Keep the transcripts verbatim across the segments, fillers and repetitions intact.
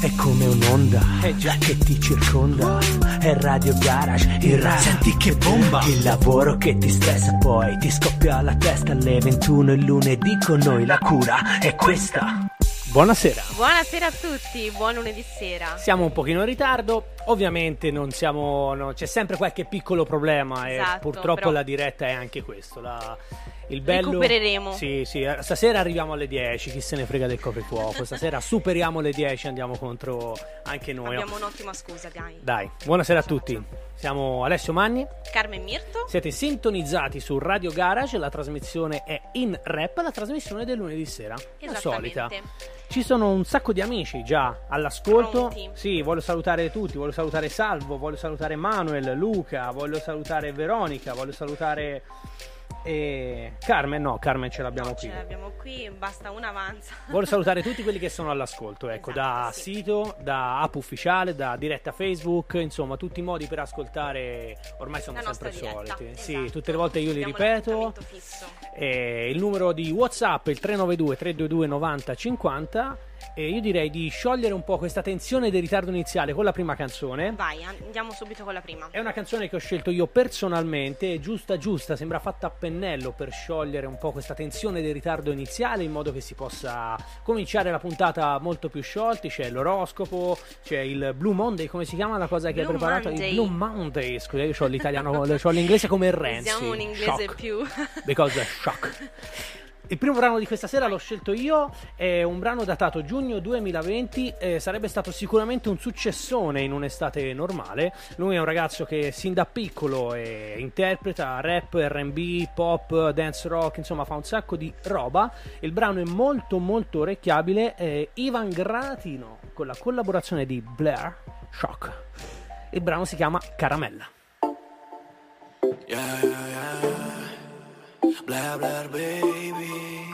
è come un'onda eh già, che ti circonda. È Radio Garage, il rap, senti che bomba. Il lavoro che ti stressa poi ti scoppia la testa. Alle ventuno il lunedì con noi la cura è questa. Buonasera. Buonasera a tutti, buon lunedì sera. Siamo un pochino in ritardo, ovviamente non siamo, no, c'è sempre qualche piccolo problema, esatto, e purtroppo però la diretta è anche questo. La, il bello, recupereremo. Sì, sì, stasera arriviamo alle dieci, chi se ne frega del coprifuoco. Stasera superiamo le dieci, andiamo contro anche noi. Abbiamo un'ottima scusa, dai. Dai, buonasera a tutti. Siamo Alessio Manni, Carmen Mirto. Siete sintonizzati su Radio Garage, la trasmissione è in rap, la trasmissione del lunedì sera, la solita. Ci sono un sacco di amici già all'ascolto. Pronti. Sì, voglio salutare tutti, voglio salutare Salvo, voglio salutare Manuel, Luca, voglio salutare Veronica, voglio salutare e Carmen, no, Carmen ce l'abbiamo no, qui. Ce l'abbiamo qui, basta un avanza. Voglio salutare tutti quelli che sono all'ascolto, ecco, esatto, da sì. sito, da app ufficiale, da diretta Facebook, insomma, tutti i modi per ascoltare, ormai sono la sempre soliti. Esatto. Sì, tutte le volte io li ripeto. E il numero di WhatsApp è il tre nove due tre due due nove zero cinquanta. E io direi di sciogliere un po' questa tensione del ritardo iniziale con la prima canzone. Vai, andiamo subito con la prima. È una canzone che ho scelto io personalmente, giusta giusta, sembra fatta a pennello per sciogliere un po' questa tensione del ritardo iniziale, in modo che si possa cominciare la puntata molto più sciolti. C'è l'oroscopo, c'è il Blue Monday, come si chiama la cosa che Blue hai preparato? Monday. Il Blue Monday, scusa, io ho l'italiano, ho l'inglese come Renzi. Usiamo un inglese shock. più Because shock. Il primo brano di questa sera l'ho scelto io, è un brano datato giugno duemilaventi, eh, sarebbe stato sicuramente un successone in un'estate normale. Lui è un ragazzo che sin da piccolo eh, interpreta rap, R and B, pop, dance rock, insomma fa un sacco di roba. Il brano è molto molto orecchiabile, è Ivan Granatino con la collaborazione di Blair Shock. Il brano si chiama Caramella. Yeah, yeah, yeah. Blair, Blair, baby,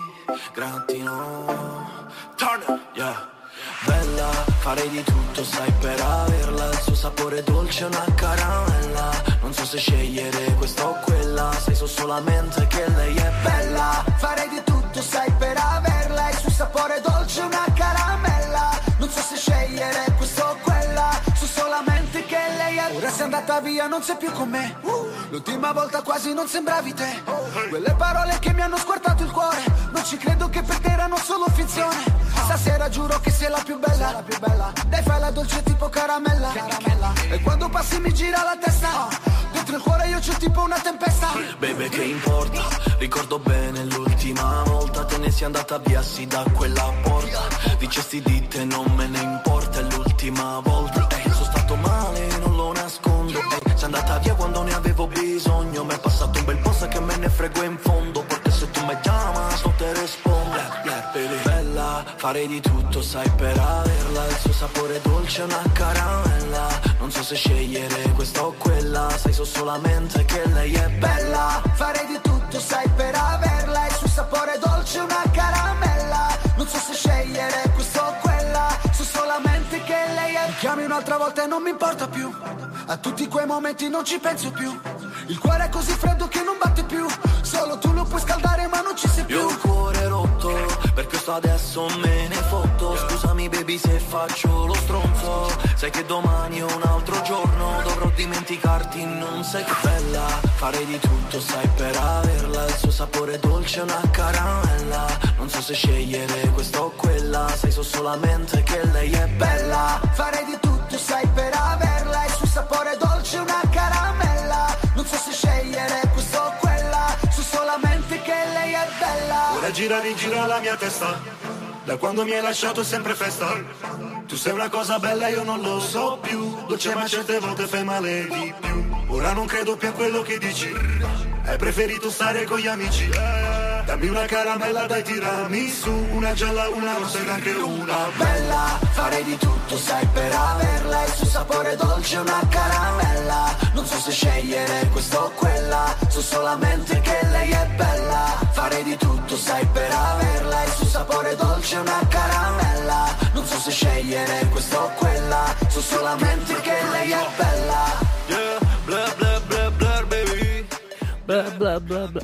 Granatino, turn it, yeah. Bella, farei di tutto, sai, per averla. Il suo sapore dolce è una caramella. Non so se scegliere questa o quella. Sai so solamente che lei è bella. Farei di tutto, sai, per averla. Il suo sapore dolce è una caramella. Non so se scegliere questa o quella. So solamente che lei è. Ora sei andata via, non sei più con me. uh, L'ultima volta quasi non sembravi te. uh, Quelle parole che mi hanno squartato il cuore. Non ci credo che per te erano solo finzione. Stasera giuro che sei la più bella, la più bella. Dai, fai la dolce tipo caramella, caramella. E quando passi mi gira la testa. Dentro il cuore io c'ho tipo una tempesta. Baby, che importa, ricordo bene l'ultima volta. Te ne sei andata via, sì, da quella porta. Dicesti di te, non me ne importa. È l'ultima volta, eh, sono stato male, non lo nascondo. eh, Sei andata via quando ne avevo bisogno. Mi è passato un bel po', sai che me ne frego in fondo. Perché se tu mi chiamas non te rispondo. yeah, yeah, baby. Bella, farei di tutto, sai, per averla. Il suo sapore dolce è una caramella. Non so se scegliere questa o quella. Sai so solamente che lei è bella. Farei di tutto, sai, per averla. Il suo sapore dolce è una caramella. Non so se scegliere questa o quella. So solamente che lei è. Mi chiami un'altra volta e non mi importa più. A tutti quei momenti non ci penso più. Il cuore è così freddo che non batte più. Solo tu lo puoi scaldare ma non ci sei più. Io ho il cuore rotto, per questo adesso me ne fotto. Scusami baby se faccio lo stronzo. Sai che domani è un altro giorno. Dovrò dimenticarti, non sei che bella. Farei di tutto, sai, per averla. Il suo sapore dolce è una caramella. Non so se scegliere questa o quella. Sai so solamente che lei è bella. Farei di tutto, sai, per averla. Il suo sapore dolce è una caramella. Non so se scegliere questa o quella. So solamente che lei è bella. Ora gira rigira la mia testa. Da quando mi hai lasciato è sempre festa. Tu sei una cosa bella, io non lo so più. Dolce ma certe volte fai male di più. Ora non credo più a quello che dici. Hai preferito stare con gli amici. Dammi una caramella, dai, tirami su. Una gialla, una rossa ed anche una bella. Farei di tutto, sai, per averla. Il suo sapore dolce è una caramella. Non so se scegliere questa o quella. So solamente che lei è bella. Farei di tutto, sai, per averla. Il suo sapore dolce è una caramella. Non so se scegliere questa o quella. So solamente che lei è bella. Yeah, bla bla bla bla baby. Bla bla bla bla.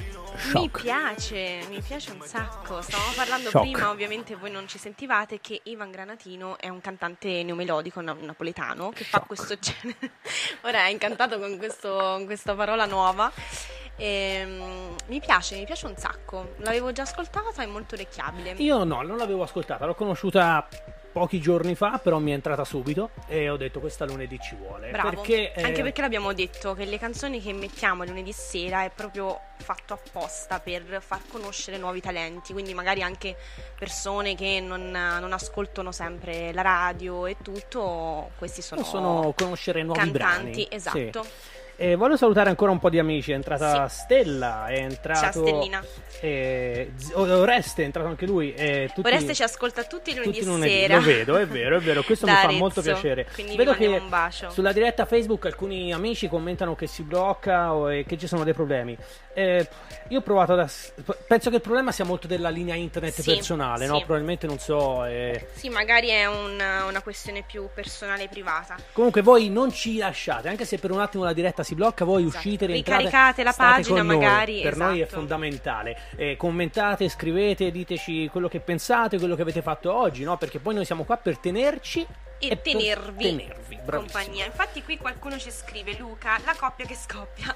Mi piace, mi piace un sacco. Stavamo parlando Shock. prima, ovviamente voi non ci sentivate, che Ivan Granatino è un cantante neomelodico na- napoletano che fa Shock. questo genere. Ora è incantato con, questo, con questa parola nuova. Ehm, mi piace, mi piace un sacco. L'avevo già ascoltata, è molto orecchiabile. Io no, non l'avevo ascoltata, l'ho conosciuta pochi giorni fa, però mi è entrata subito e ho detto questa lunedì ci vuole. Bravo, Perché, eh, anche perché l'abbiamo detto che le canzoni che mettiamo lunedì sera è proprio fatto apposta per far conoscere nuovi talenti, quindi magari anche persone che non, non ascoltano sempre la radio e tutto, questi sono possono conoscere nuovi cantanti, brani. esatto. Sì. E voglio salutare ancora un po' di amici. È entrata Sì. Stella, è entrato Ciao Stellina. eh, Z- Oreste è entrato anche lui. E tutti, Oreste ci ascolta tutti i lunedì, tutti i lunedì. sera. Lo vedo, è vero, è vero. Questo Da mi fa Arezzo, molto piacere. quindi vi Vedo che mandiamo un bacio. sulla diretta Facebook alcuni amici commentano che si blocca o e che ci sono dei problemi. Eh, io ho provato ad ass- penso che il problema sia molto della linea internet Sì, personale, sì. no? Probabilmente non so. eh. Sì, magari è una, una questione più personale e privata. Comunque voi non ci lasciate, anche se per un attimo la diretta si blocca, voi Esatto. uscite, rientrate, Ricaricate la state pagina, con noi. magari, Per noi è esatto. fondamentale. Eh, commentate, scrivete, diteci quello che pensate, quello che avete fatto oggi, no? Perché poi noi siamo qua per tenerci E, per tenervi, tenervi, bravissimo. compagnia. Infatti qui qualcuno ci scrive: Luca, la coppia che scoppia.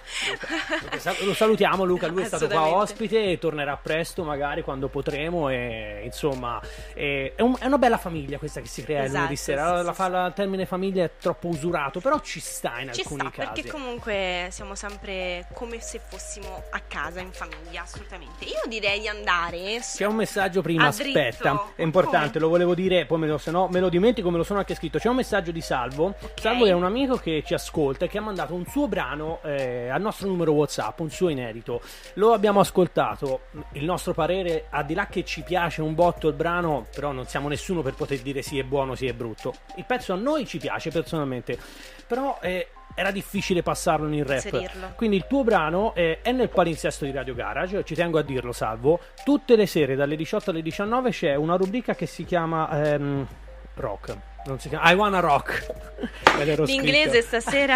Sal- Lo salutiamo Luca, lui è stato qua Assolutamente. ospite e tornerà presto magari quando potremo e insomma è, è un- è una bella famiglia questa che si crea il Esatto, lunedì sera. sì, la, sì, fa- la- il termine famiglia è troppo usurato, però ci sta in Ci alcuni sta, casi. perché comunque siamo sempre come se fossimo a casa, in famiglia, assolutamente. Io direi di andare. C'è un messaggio prima, a dritto. aspetta, è importante, Come? lo volevo dire, poi me lo, se no me lo dimentico, me lo sono anche scritto. C'è un messaggio di Salvo. Salvo è un amico che ci ascolta e che ha mandato un suo brano eh, al nostro numero WhatsApp, un suo inedito. Lo abbiamo ascoltato, il nostro parere, al di là che ci piace un botto il brano, però non siamo nessuno per poter dire sì è buono, sì è brutto. Il pezzo a noi ci piace personalmente, però eh, era difficile passarlo in rap. Inserirlo. Quindi il tuo brano eh, è nel palinsesto di Radio Garage, ci tengo a dirlo Salvo. Tutte le sere dalle diciotto alle diciannove c'è una rubrica che si chiama ehm, Rock. Non si chiama I Wanna Rock. Me l'ero L'inglese scritto. stasera.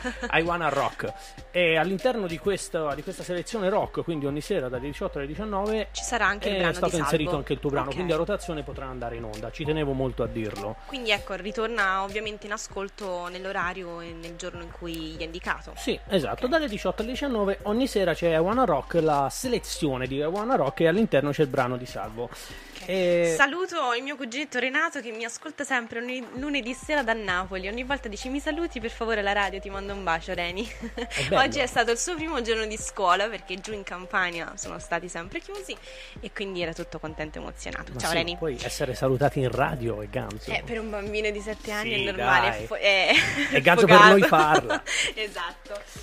I Wanna Rock. E all'interno di questa, di questa selezione rock, quindi ogni sera dalle diciotto alle diciannove, Ci sarà anche il è brano stato di inserito Salvo. anche il tuo brano, Ok. quindi a rotazione potrà andare in onda. Ci tenevo molto a dirlo. Quindi ecco, ritorna ovviamente in ascolto nell'orario e nel giorno in cui gli è indicato. Sì, esatto, dalle diciotto alle diciannove ogni sera c'è I Wanna Rock, la selezione di I Wanna Rock, e all'interno c'è il brano di Salvo. E... Saluto il mio cuginetto Renato che mi ascolta sempre ogni lunedì sera da Napoli. Ogni volta dice: mi saluti per favore la radio, ti mando un bacio Reni. bello. Oggi è stato il suo primo giorno di scuola perché giù in Campania sono stati sempre chiusi e quindi era tutto contento e emozionato. Ma Ciao sì, Reni. poi essere salutati in radio è ganzo. Eh, per un bambino di sette anni Sì, è normale. dai. fo- è È ganzo per focato. noi farla. Esatto.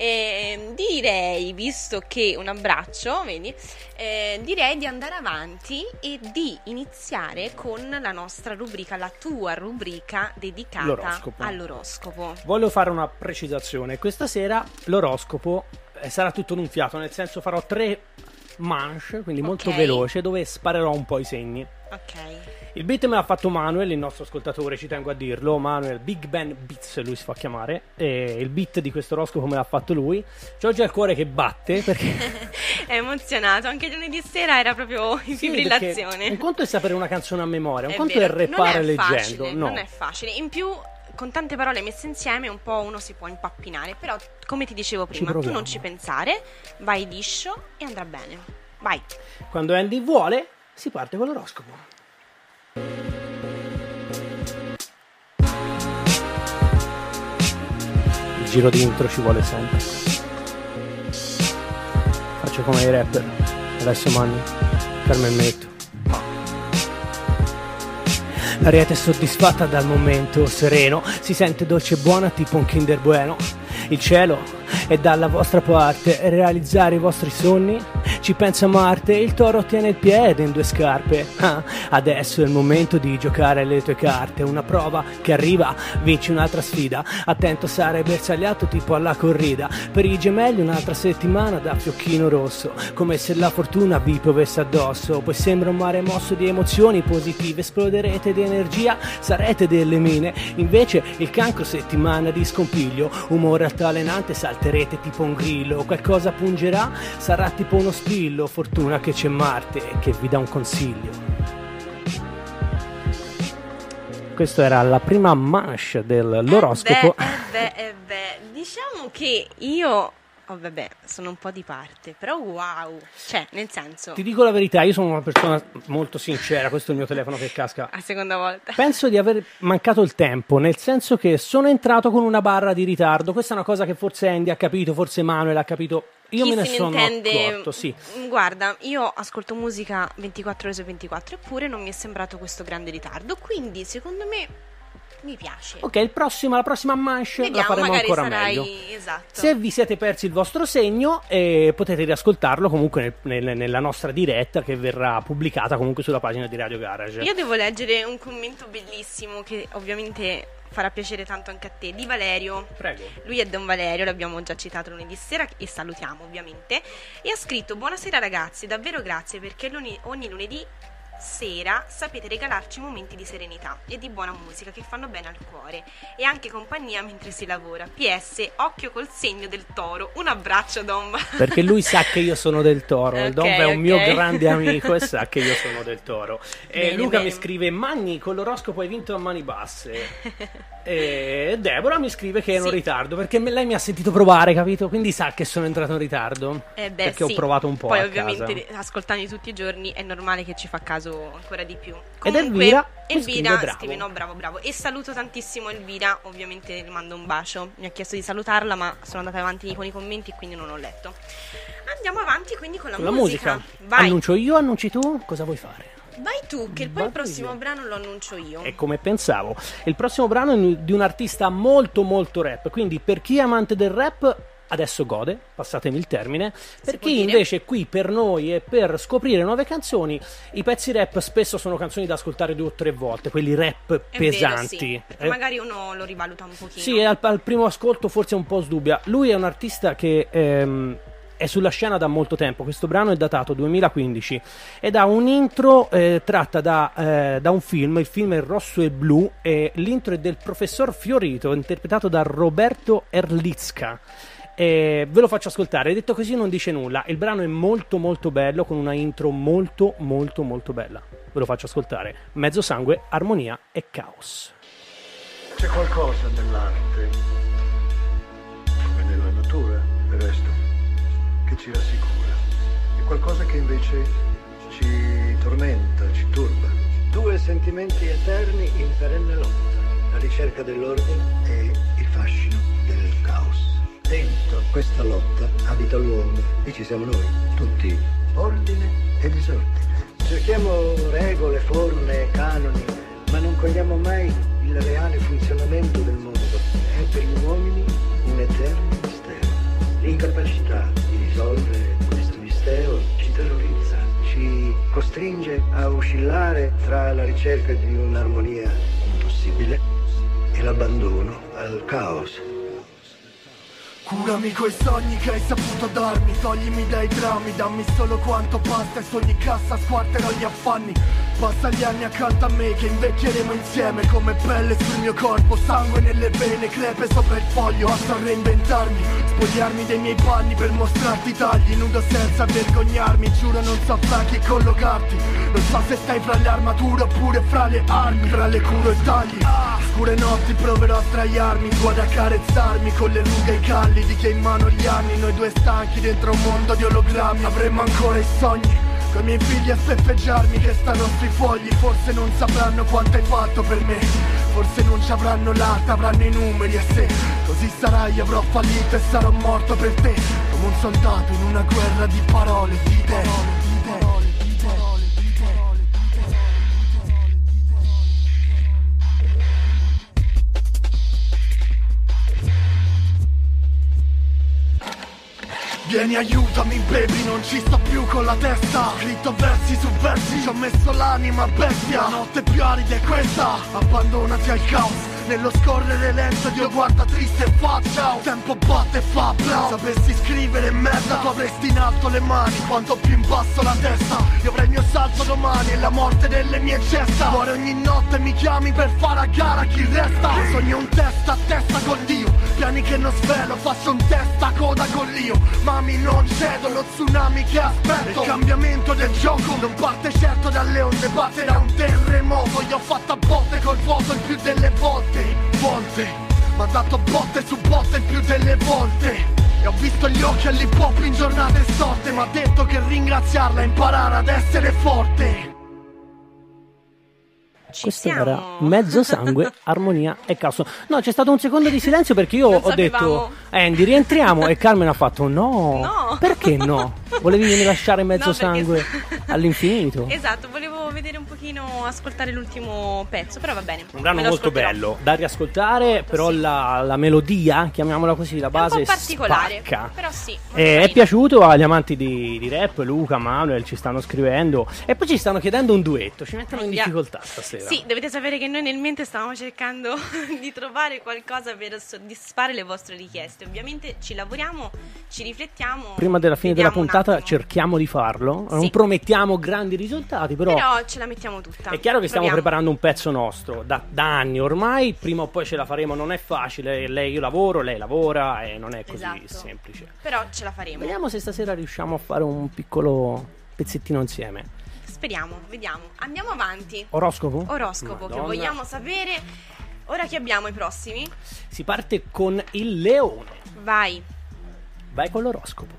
E direi, visto che un abbraccio, vedi, eh, direi di andare avanti e di iniziare con la nostra rubrica, la tua rubrica dedicata L'oroscopo. all'oroscopo. Voglio fare una precisazione. Questa sera l'oroscopo eh, sarà tutto in un fiato, nel senso farò tre manche, quindi molto Ok. veloce, dove sparerò un po' i segni. Ok. Il beat me l'ha fatto Manuel, il nostro ascoltatore, ci tengo a dirlo. Manuel Big Ben Beats, lui si fa chiamare. E il beat di questo oroscopo me l'ha fatto lui. C'ho già il cuore che batte perché È emozionato, anche lunedì sera era proprio in Sì, fibrillazione. perché un conto è sapere una canzone a memoria, un È conto vero, è rappare non è leggendo. facile, No. non è facile. In più, con tante parole messe insieme, un po' uno si può impappinare. Però, come ti dicevo prima, tu proviamo. non ci pensare, vai liscio e andrà bene. Vai. Quando Andy vuole, si parte con l'oroscopo. Il giro di intro ci vuole sempre. Faccio come i rapper. Alessio Manni, Carmen Metto. L'ariete è soddisfatta dal momento sereno, si sente dolce e buona tipo un Kinder Bueno. Il cielo è dalla vostra parte, realizzare i vostri sogni. Ci pensa Marte, il toro tiene il piede in due scarpe. Ah, adesso è il momento di giocare le tue carte. Una prova che arriva, vinci un'altra sfida. Attento, sarai bersagliato tipo alla corrida. Per i gemelli un'altra settimana da fiocchino rosso, come se la fortuna vi piovesse addosso. Poi sembra un mare mosso di emozioni positive. Esploderete di energia, sarete delle mine. Invece il cancro settimana di scompiglio. Umore altalenante, salterete tipo un grillo. Qualcosa pungerà, sarà tipo uno spillo. dillo fortuna che c'è Marte che vi dà un consiglio. Questa era la prima manche dell'oroscopo. Eh beh, eh beh, eh beh. Diciamo che io... Oh vabbè, sono un po' di parte, però wow, cioè nel senso... Ti dico la verità, io sono una persona molto sincera, questo è il mio telefono che casca. A seconda volta. Penso di aver mancato il tempo, nel senso che sono entrato con una barra di ritardo, questa è una cosa che forse Andy ha capito, forse Manuel ha capito, io Chi me ne se sono intende, accorto, sì. Guarda, io ascolto musica ventiquattro ore su ventiquattro, eppure non mi è sembrato questo grande ritardo, quindi secondo me... mi piace. Ok, il prossimo, la prossima manche Vediamo, la faremo magari ancora sarai... meglio. Esatto. Se vi siete persi il vostro segno, eh, potete riascoltarlo comunque nel, nel, nella nostra diretta che verrà pubblicata comunque sulla pagina di Radio Garage. Io devo leggere un commento bellissimo che ovviamente farà piacere tanto anche a te, di Valerio. Prego. Lui è Don Valerio, l'abbiamo già citato lunedì sera e salutiamo ovviamente. E ha scritto: buonasera ragazzi, davvero grazie perché ogni, ogni lunedì sera sapete regalarci momenti di serenità e di buona musica che fanno bene al cuore e anche compagnia mentre si lavora. P S occhio col segno del toro. Un abbraccio Dom. Perché lui sa che io sono del toro. Okay, Dom è un okay. mio grande amico e sa che io sono del toro. E Bene, Luca bene. mi scrive: Magni, con l'oroscopo hai vinto a mani basse. E Deborah mi scrive che è in Sì. ritardo perché me- lei mi ha sentito provare, capito? Quindi sa che sono entrato in ritardo. Eh beh, perché sì. ho provato un po' Poi a ovviamente casa. ascoltandoli tutti i giorni è normale che ci fa caso ancora di più. Ed Comunque, Elvira mi Elvira scrive, bravo. scrive no bravo bravo e saluto tantissimo Elvira, ovviamente le mando un bacio, mi ha chiesto di salutarla ma sono andata avanti con i commenti e quindi non ho letto. Andiamo avanti quindi con la, Con la musica. musica. Vai, Annuncio io, annunci tu? Cosa vuoi fare? vai tu che poi Vado il prossimo io. brano lo annuncio io. È come pensavo. Il prossimo brano è di un artista molto molto rap, quindi per chi è amante del rap adesso gode, passatemi il termine. Per può chi dire. invece è qui per noi e per scoprire nuove canzoni, i pezzi rap spesso sono canzoni da ascoltare due o tre volte, quelli rap È vero, pesanti. sì, perché Eh, magari uno lo rivaluta un pochino. sì, al, al primo ascolto forse un po' sdubbia. Lui è un artista che ehm, è sulla scena da molto tempo. Questo brano è datato duemilaquindici ed ha un intro eh, tratta da, eh, da un film. Il film è Rosso e Blu e l'intro è del professor Fiorito, interpretato da Roberto Erlicka. E ve lo faccio ascoltare. Detto così non dice nulla. Il brano è molto molto bello, con una intro molto molto molto bella. Ve lo faccio ascoltare. Mezzo sangue, armonia e caos. C'è qualcosa nell'arte, come nella natura, del resto, che ci rassicura. E qualcosa che invece ci tormenta, ci turba. Due sentimenti eterni in perenne lotta. La ricerca dell'ordine e il fascino del caos. Dentro questa lotta abita l'uomo e ci siamo noi, tutti, ordine e disordine. Cerchiamo regole, forme, canoni, ma non cogliamo mai il reale funzionamento del mondo. È per gli uomini un eterno mistero. L'incapacità di risolvere questo mistero ci terrorizza, ci costringe a oscillare tra la ricerca di un'armonia impossibile e l'abbandono al caos. Curami coi sogni che hai saputo darmi, toglimi dai drammi, dammi solo quanto basta e su ogni cassa squarterò gli affanni. Passa gli anni accanto a me che invecchieremo insieme, come pelle sul mio corpo, sangue nelle vene, crepe sopra il foglio. Basta reinventarmi, spogliarmi dei miei panni per mostrarti i tagli, nudo senza vergognarmi, giuro non so fra chi collocarti. Non so se stai fra le armature oppure fra le armi, fra le curo e tagli. Scure notti proverò a straiarmi, tu ad accarezzarmi con le rughe e i calli di chi ha in mano gli anni. Noi due stanchi dentro un mondo di ologrammi, avremo ancora i sogni coi miei figli a sbeffeggiarmi che stanno sui fogli. Forse non sapranno quanto hai fatto per me, forse non ci avranno l'arte, avranno i numeri. E se così sarà io avrò fallito e sarò morto per te, come un soldato in una guerra di parole, di idee, di idee. Vieni aiutami baby, non ci sto più con la testa. Scritto versi su versi, ci ho messo l'anima bestia. La notte più arida è questa, abbandonati al caos. nello scorrere lento Dio guarda triste e faccia. Tempo batte e fa blau. Sapessi scrivere merda tu avresti in alto le mani. Quanto più in basso la testa, io avrei il mio salto domani e la morte nelle mie gesta. Muore ogni notte mi chiami per fare a gara chi resta. Sogno un testa a testa con Dio, piani che non svelo, faccio un testa a coda con l'io. Mami non cedo, lo tsunami che aspetto. Il cambiamento del gioco non parte certo dalle onde, parte da un terremoto. Io ho fatto a botte col vuoto il più delle volte. Volte, m'ha dato botte su botte il più delle volte. E ho visto gli occhi all'hip hop in giornate storte. M'ha detto che ringraziarla è imparare ad essere forte. Ci Questo siamo. era Mezzo Sangue, Armonia e Caos. No, c'è stato un secondo di silenzio perché io Non ho sapevamo. detto Andy rientriamo e Carmen ha fatto no. No. Perché no? Volevi lasciare Mezzo No, perché- Sangue all'infinito? Esatto, volevo vedere un pochino, ascoltare l'ultimo pezzo, però va bene. Un brano me lo molto ascolterò. bello da riascoltare, Molto, però sì. la, la melodia, chiamiamola così, la È un base po' particolare, spacca. però sì, molto Eh, è carino. piaciuto agli amanti di, di rap, Luca, Manuel ci stanno scrivendo e poi ci stanno chiedendo un duetto, ci mettono in Yeah. difficoltà stasera. Sì, dovete sapere che noi nel mente stavamo cercando di trovare qualcosa per soddisfare le vostre richieste. Ovviamente ci lavoriamo, ci riflettiamo. Prima della fine della vediamo un puntata attimo. cerchiamo di farlo, non Sì. promettiamo grandi risultati, però, Però ce la mettiamo tutta. è chiaro che stiamo Proviamo. preparando un pezzo nostro da, da anni ormai, prima o poi ce la faremo, non è facile, lei io lavoro, lei lavora e non è così Esatto. semplice. Però ce la faremo. Vediamo se stasera riusciamo a fare un piccolo pezzettino insieme. Speriamo, vediamo. Andiamo avanti. Oroscopo? Oroscopo, Madonna. che vogliamo sapere. Ora che abbiamo i prossimi? Si parte con il leone. Vai. Vai con l'oroscopo.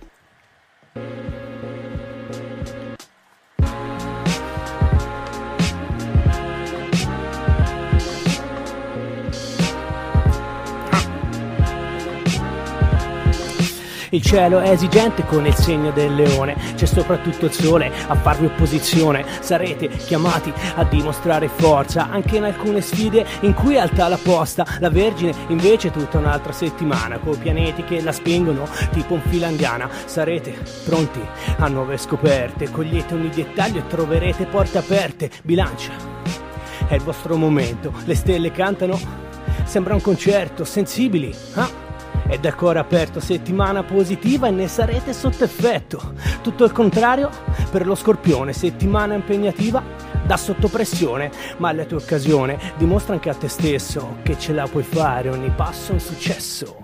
Il cielo è esigente con il segno del leone, c'è soprattutto il sole a farvi opposizione, sarete chiamati a dimostrare forza anche in alcune sfide in cui è alta la posta. La Vergine invece tutta un'altra settimana coi pianeti che la spingono tipo un fila indiana. Sarete pronti a nuove scoperte, cogliete ogni dettaglio e troverete porte aperte. Bilancia, è il vostro momento, le stelle cantano, sembra un concerto, sensibili, ah? Ed è ancora aperto, settimana positiva e ne sarete sotto effetto. Tutto il contrario per lo Scorpione, settimana impegnativa da sotto pressione, ma alla tua occasione dimostra anche a te stesso che ce la puoi fare, ogni passo è un successo.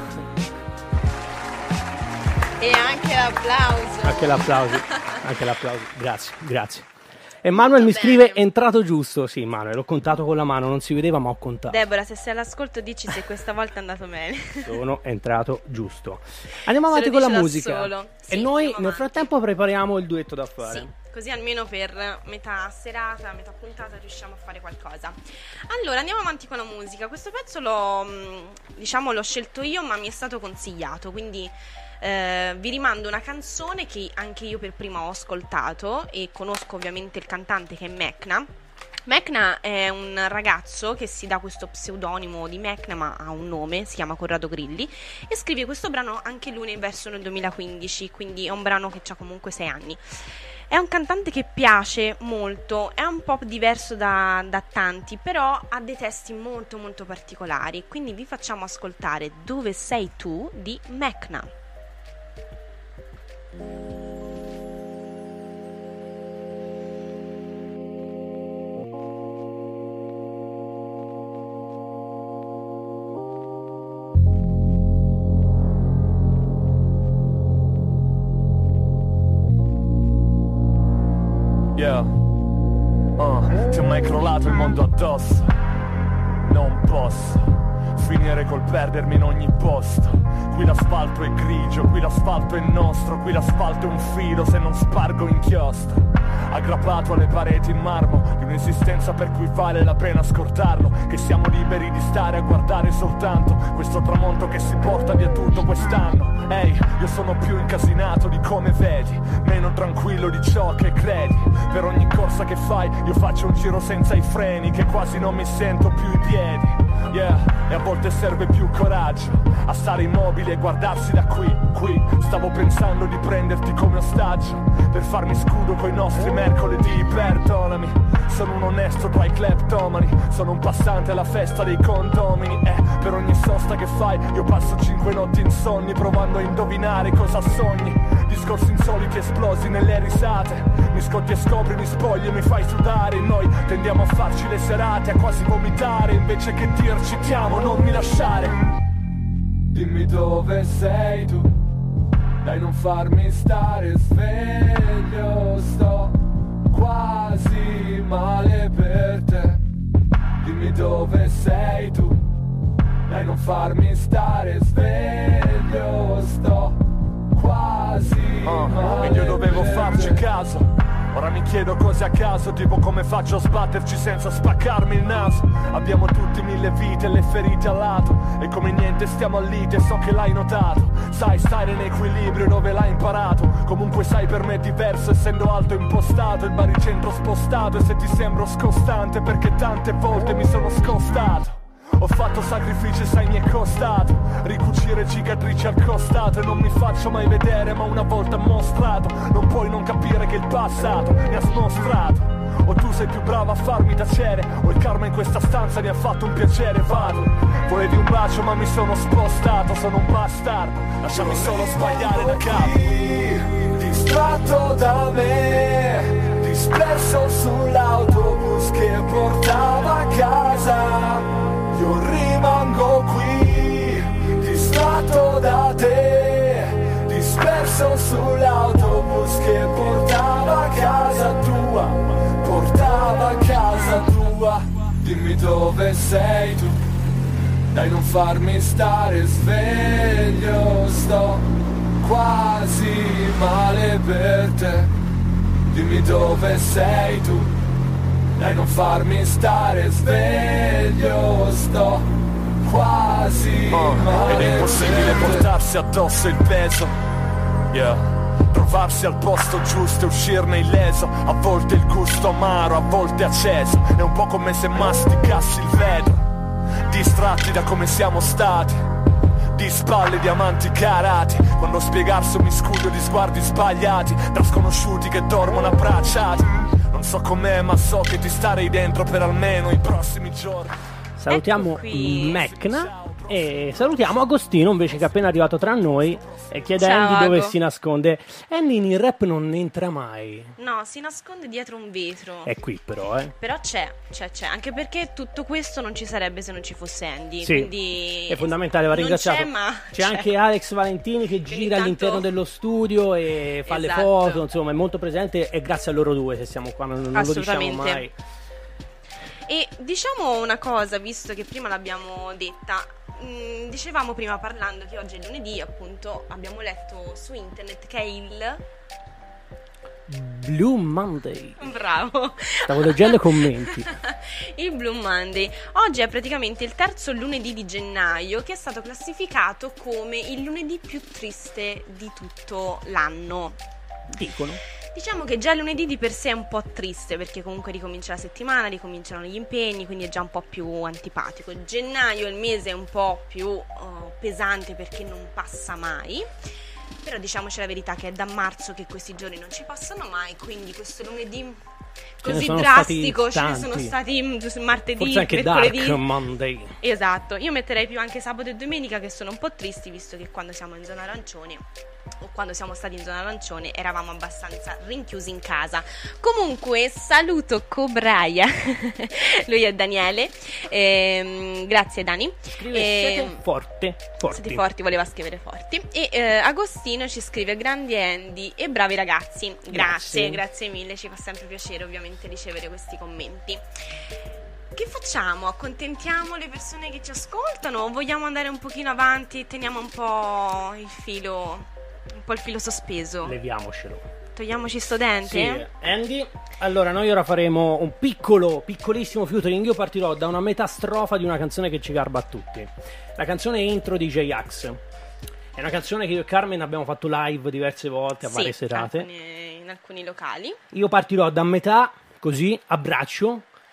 E anche l'applauso. Anche l'applauso, anche l'applauso, grazie, grazie. E Manuel mi Molto scrive bene. entrato giusto, sì Manuel, l'ho contato con la mano, non si vedeva ma ho contato. Deborah, se sei all'ascolto dici se questa volta è andato bene. Sono entrato giusto. Andiamo Se avanti lo con la dice da musica. solo. E Sì, noi andiamo nel avanti. frattempo prepariamo il duetto da fare. Sì, così almeno per metà serata, metà puntata riusciamo a fare qualcosa. Allora, andiamo avanti con la musica. Questo pezzo l'ho, mh, diciamo, l'ho scelto io, ma mi è stato consigliato, quindi eh, vi rimando una canzone che anche io per prima ho ascoltato e conosco ovviamente il cantante che è Mecna. Mecna è un ragazzo che si dà questo pseudonimo di Mecna, ma ha un nome, si chiama Corrado Grilli, e scrive questo brano anche lui verso nel duemilaquindici, quindi è un brano che ha comunque sei anni. È un cantante che piace molto, è un po' diverso da, da tanti, però ha dei testi molto molto particolari, quindi vi facciamo ascoltare Dove sei tu di Mecna. Yeah. Uh, ti ho mai crollato il mondo addosso? Non posso finire col perdermi in ogni posto. Qui l'asfalto è grigio, qui l'asfalto è nostro, qui l'asfalto è un filo se non spargo inchiostro. Aggrappato alle pareti in marmo di un'esistenza per cui vale la pena scordarlo. Che siamo liberi di stare a guardare soltanto questo tramonto che si porta via tutto quest'anno. Ehi, hey, io sono più incasinato di come vedi, meno tranquillo di ciò che credi. Per ogni corsa che fai io faccio un giro senza i freni, che quasi non mi sento più i piedi. Yeah, e a volte serve più coraggio a stare immobili e guardarsi da qui, qui. Stavo pensando di prenderti come ostaggio per farmi scudo coi nostri mercoledì. Perdonami, sono un onesto tra i kleptomani, sono un passante alla festa dei condomini. Eh, per ogni sosta che fai io passo cinque notti insonni provando a indovinare cosa sogni. Discorsi insoliti esplosi nelle risate, mi scotti e scopri, mi spogli e mi fai sudare. Noi tendiamo a farci le serate, a quasi vomitare, invece che dirci ti amo, non mi lasciare. Dimmi dove sei tu, dai non farmi stare sveglio, sto quasi male per te. Dimmi dove sei tu, dai non farmi stare sveglio, sto quasi uh, male. Ed io dovevo per farci te. Caso. Ora mi chiedo cose a caso, tipo come faccio a sbatterci senza spaccarmi il naso. Abbiamo tutti mille vite, le ferite al lato, e come niente stiamo al lite, so che l'hai notato. Sai stare in equilibrio dove l'hai imparato. Comunque sai per me è diverso, essendo alto impostato, il baricentro spostato. E se ti sembro scostante perché tante volte mi sono scostato. Ho fatto sacrifici, sai mi è costato ricucire cicatrici al costato. E non mi faccio mai vedere, ma una volta mostrato. Non puoi non capire che il passato mi ha smostrato. O tu sei più brava a farmi tacere, o il karma in questa stanza mi ha fatto un piacere. Vado, volevi un bacio ma mi sono spostato. Sono un bastardo, lasciami solo sbagliare da capo. Distratto da me, disperso sull'autobus che portava a casa. Io rimango qui, distratto da te, disperso sull'autobus che portava a casa tua, portava a casa tua. Dimmi dove sei tu, dai non farmi stare sveglio, sto quasi male per te. Dimmi dove sei tu, dai non farmi stare sveglio, sto quasi oh, male. Ed è impossibile portarsi addosso il peso, yeah. Trovarsi al posto giusto e uscirne illeso. A volte il gusto amaro, a volte acceso. È un po' come se masticassi il vetro, distratti da come siamo stati, di spalle diamanti carati. Quando spiegarsi un miscuglio di sguardi sbagliati tra sconosciuti che dormono abbracciati. Non so com'è ma so che ti starei dentro per almeno i prossimi giorni. Salutiamo Mecna e salutiamo Agostino invece, che è appena arrivato tra noi e chiede a Andy dove si nasconde. Andy in rap non entra mai. No, si nasconde dietro un vetro. È qui però, eh. Però c'è, c'è, c'è. Anche perché tutto questo non ci sarebbe se non ci fosse Andy. Sì, quindi è fondamentale, va ringraziato. Non c'è, ma c'è, c'è anche Alex Valentini che gira intanto all'interno dello studio e fa esatto. le foto, insomma è molto presente, e grazie a loro due se siamo qua, non, non lo diciamo mai. E diciamo una cosa, visto che prima l'abbiamo detta, mh, dicevamo prima parlando che oggi è lunedì, appunto abbiamo letto su internet che è il Blue Monday. Bravo. Stavo leggendo i commenti. Il Blue Monday. Oggi è praticamente il terzo lunedì di gennaio, che è stato classificato come il lunedì più triste di tutto l'anno. Dicono. Diciamo che già il lunedì di per sé è un po' triste, perché comunque ricomincia la settimana, ricominciano gli impegni, quindi è già un po' più antipatico. Gennaio, il mese, è un po' più uh, pesante perché non passa mai. Però diciamoci la verità che è da marzo che questi giorni non ci passano mai, quindi questo lunedì così drastico ce ne sono stati martedì, forse anche mercoledì. Dark Monday. Esatto, io metterei più anche sabato e domenica, che sono un po' tristi, visto che quando siamo in zona arancione o quando siamo stati in zona arancione eravamo abbastanza rinchiusi in casa. Comunque saluto Cobraia lui è Daniele, ehm, grazie Dani. Scrive ehm, siete forte, forti. Siete forti, voleva scrivere forti. E eh, Agostino ci scrive grandi Andy e bravi ragazzi. Grazie, grazie, grazie mille, ci fa sempre piacere ovviamente ricevere questi commenti. Che facciamo? Accontentiamo le persone che ci ascoltano o vogliamo andare un pochino avanti e teniamo un po' il filo, un po' il filo sospeso? Leviamocelo. Togliamoci sto dente? Sì, Andy. Allora noi ora faremo un piccolo, piccolissimo featuring. Io partirò da una metà strofa di una canzone che ci garba a tutti. La canzone intro di J-Ax. È una canzone che io e Carmen abbiamo fatto live diverse volte a sì, varie serate. Alcuni, in alcuni locali. Io partirò da metà, così, a braccio,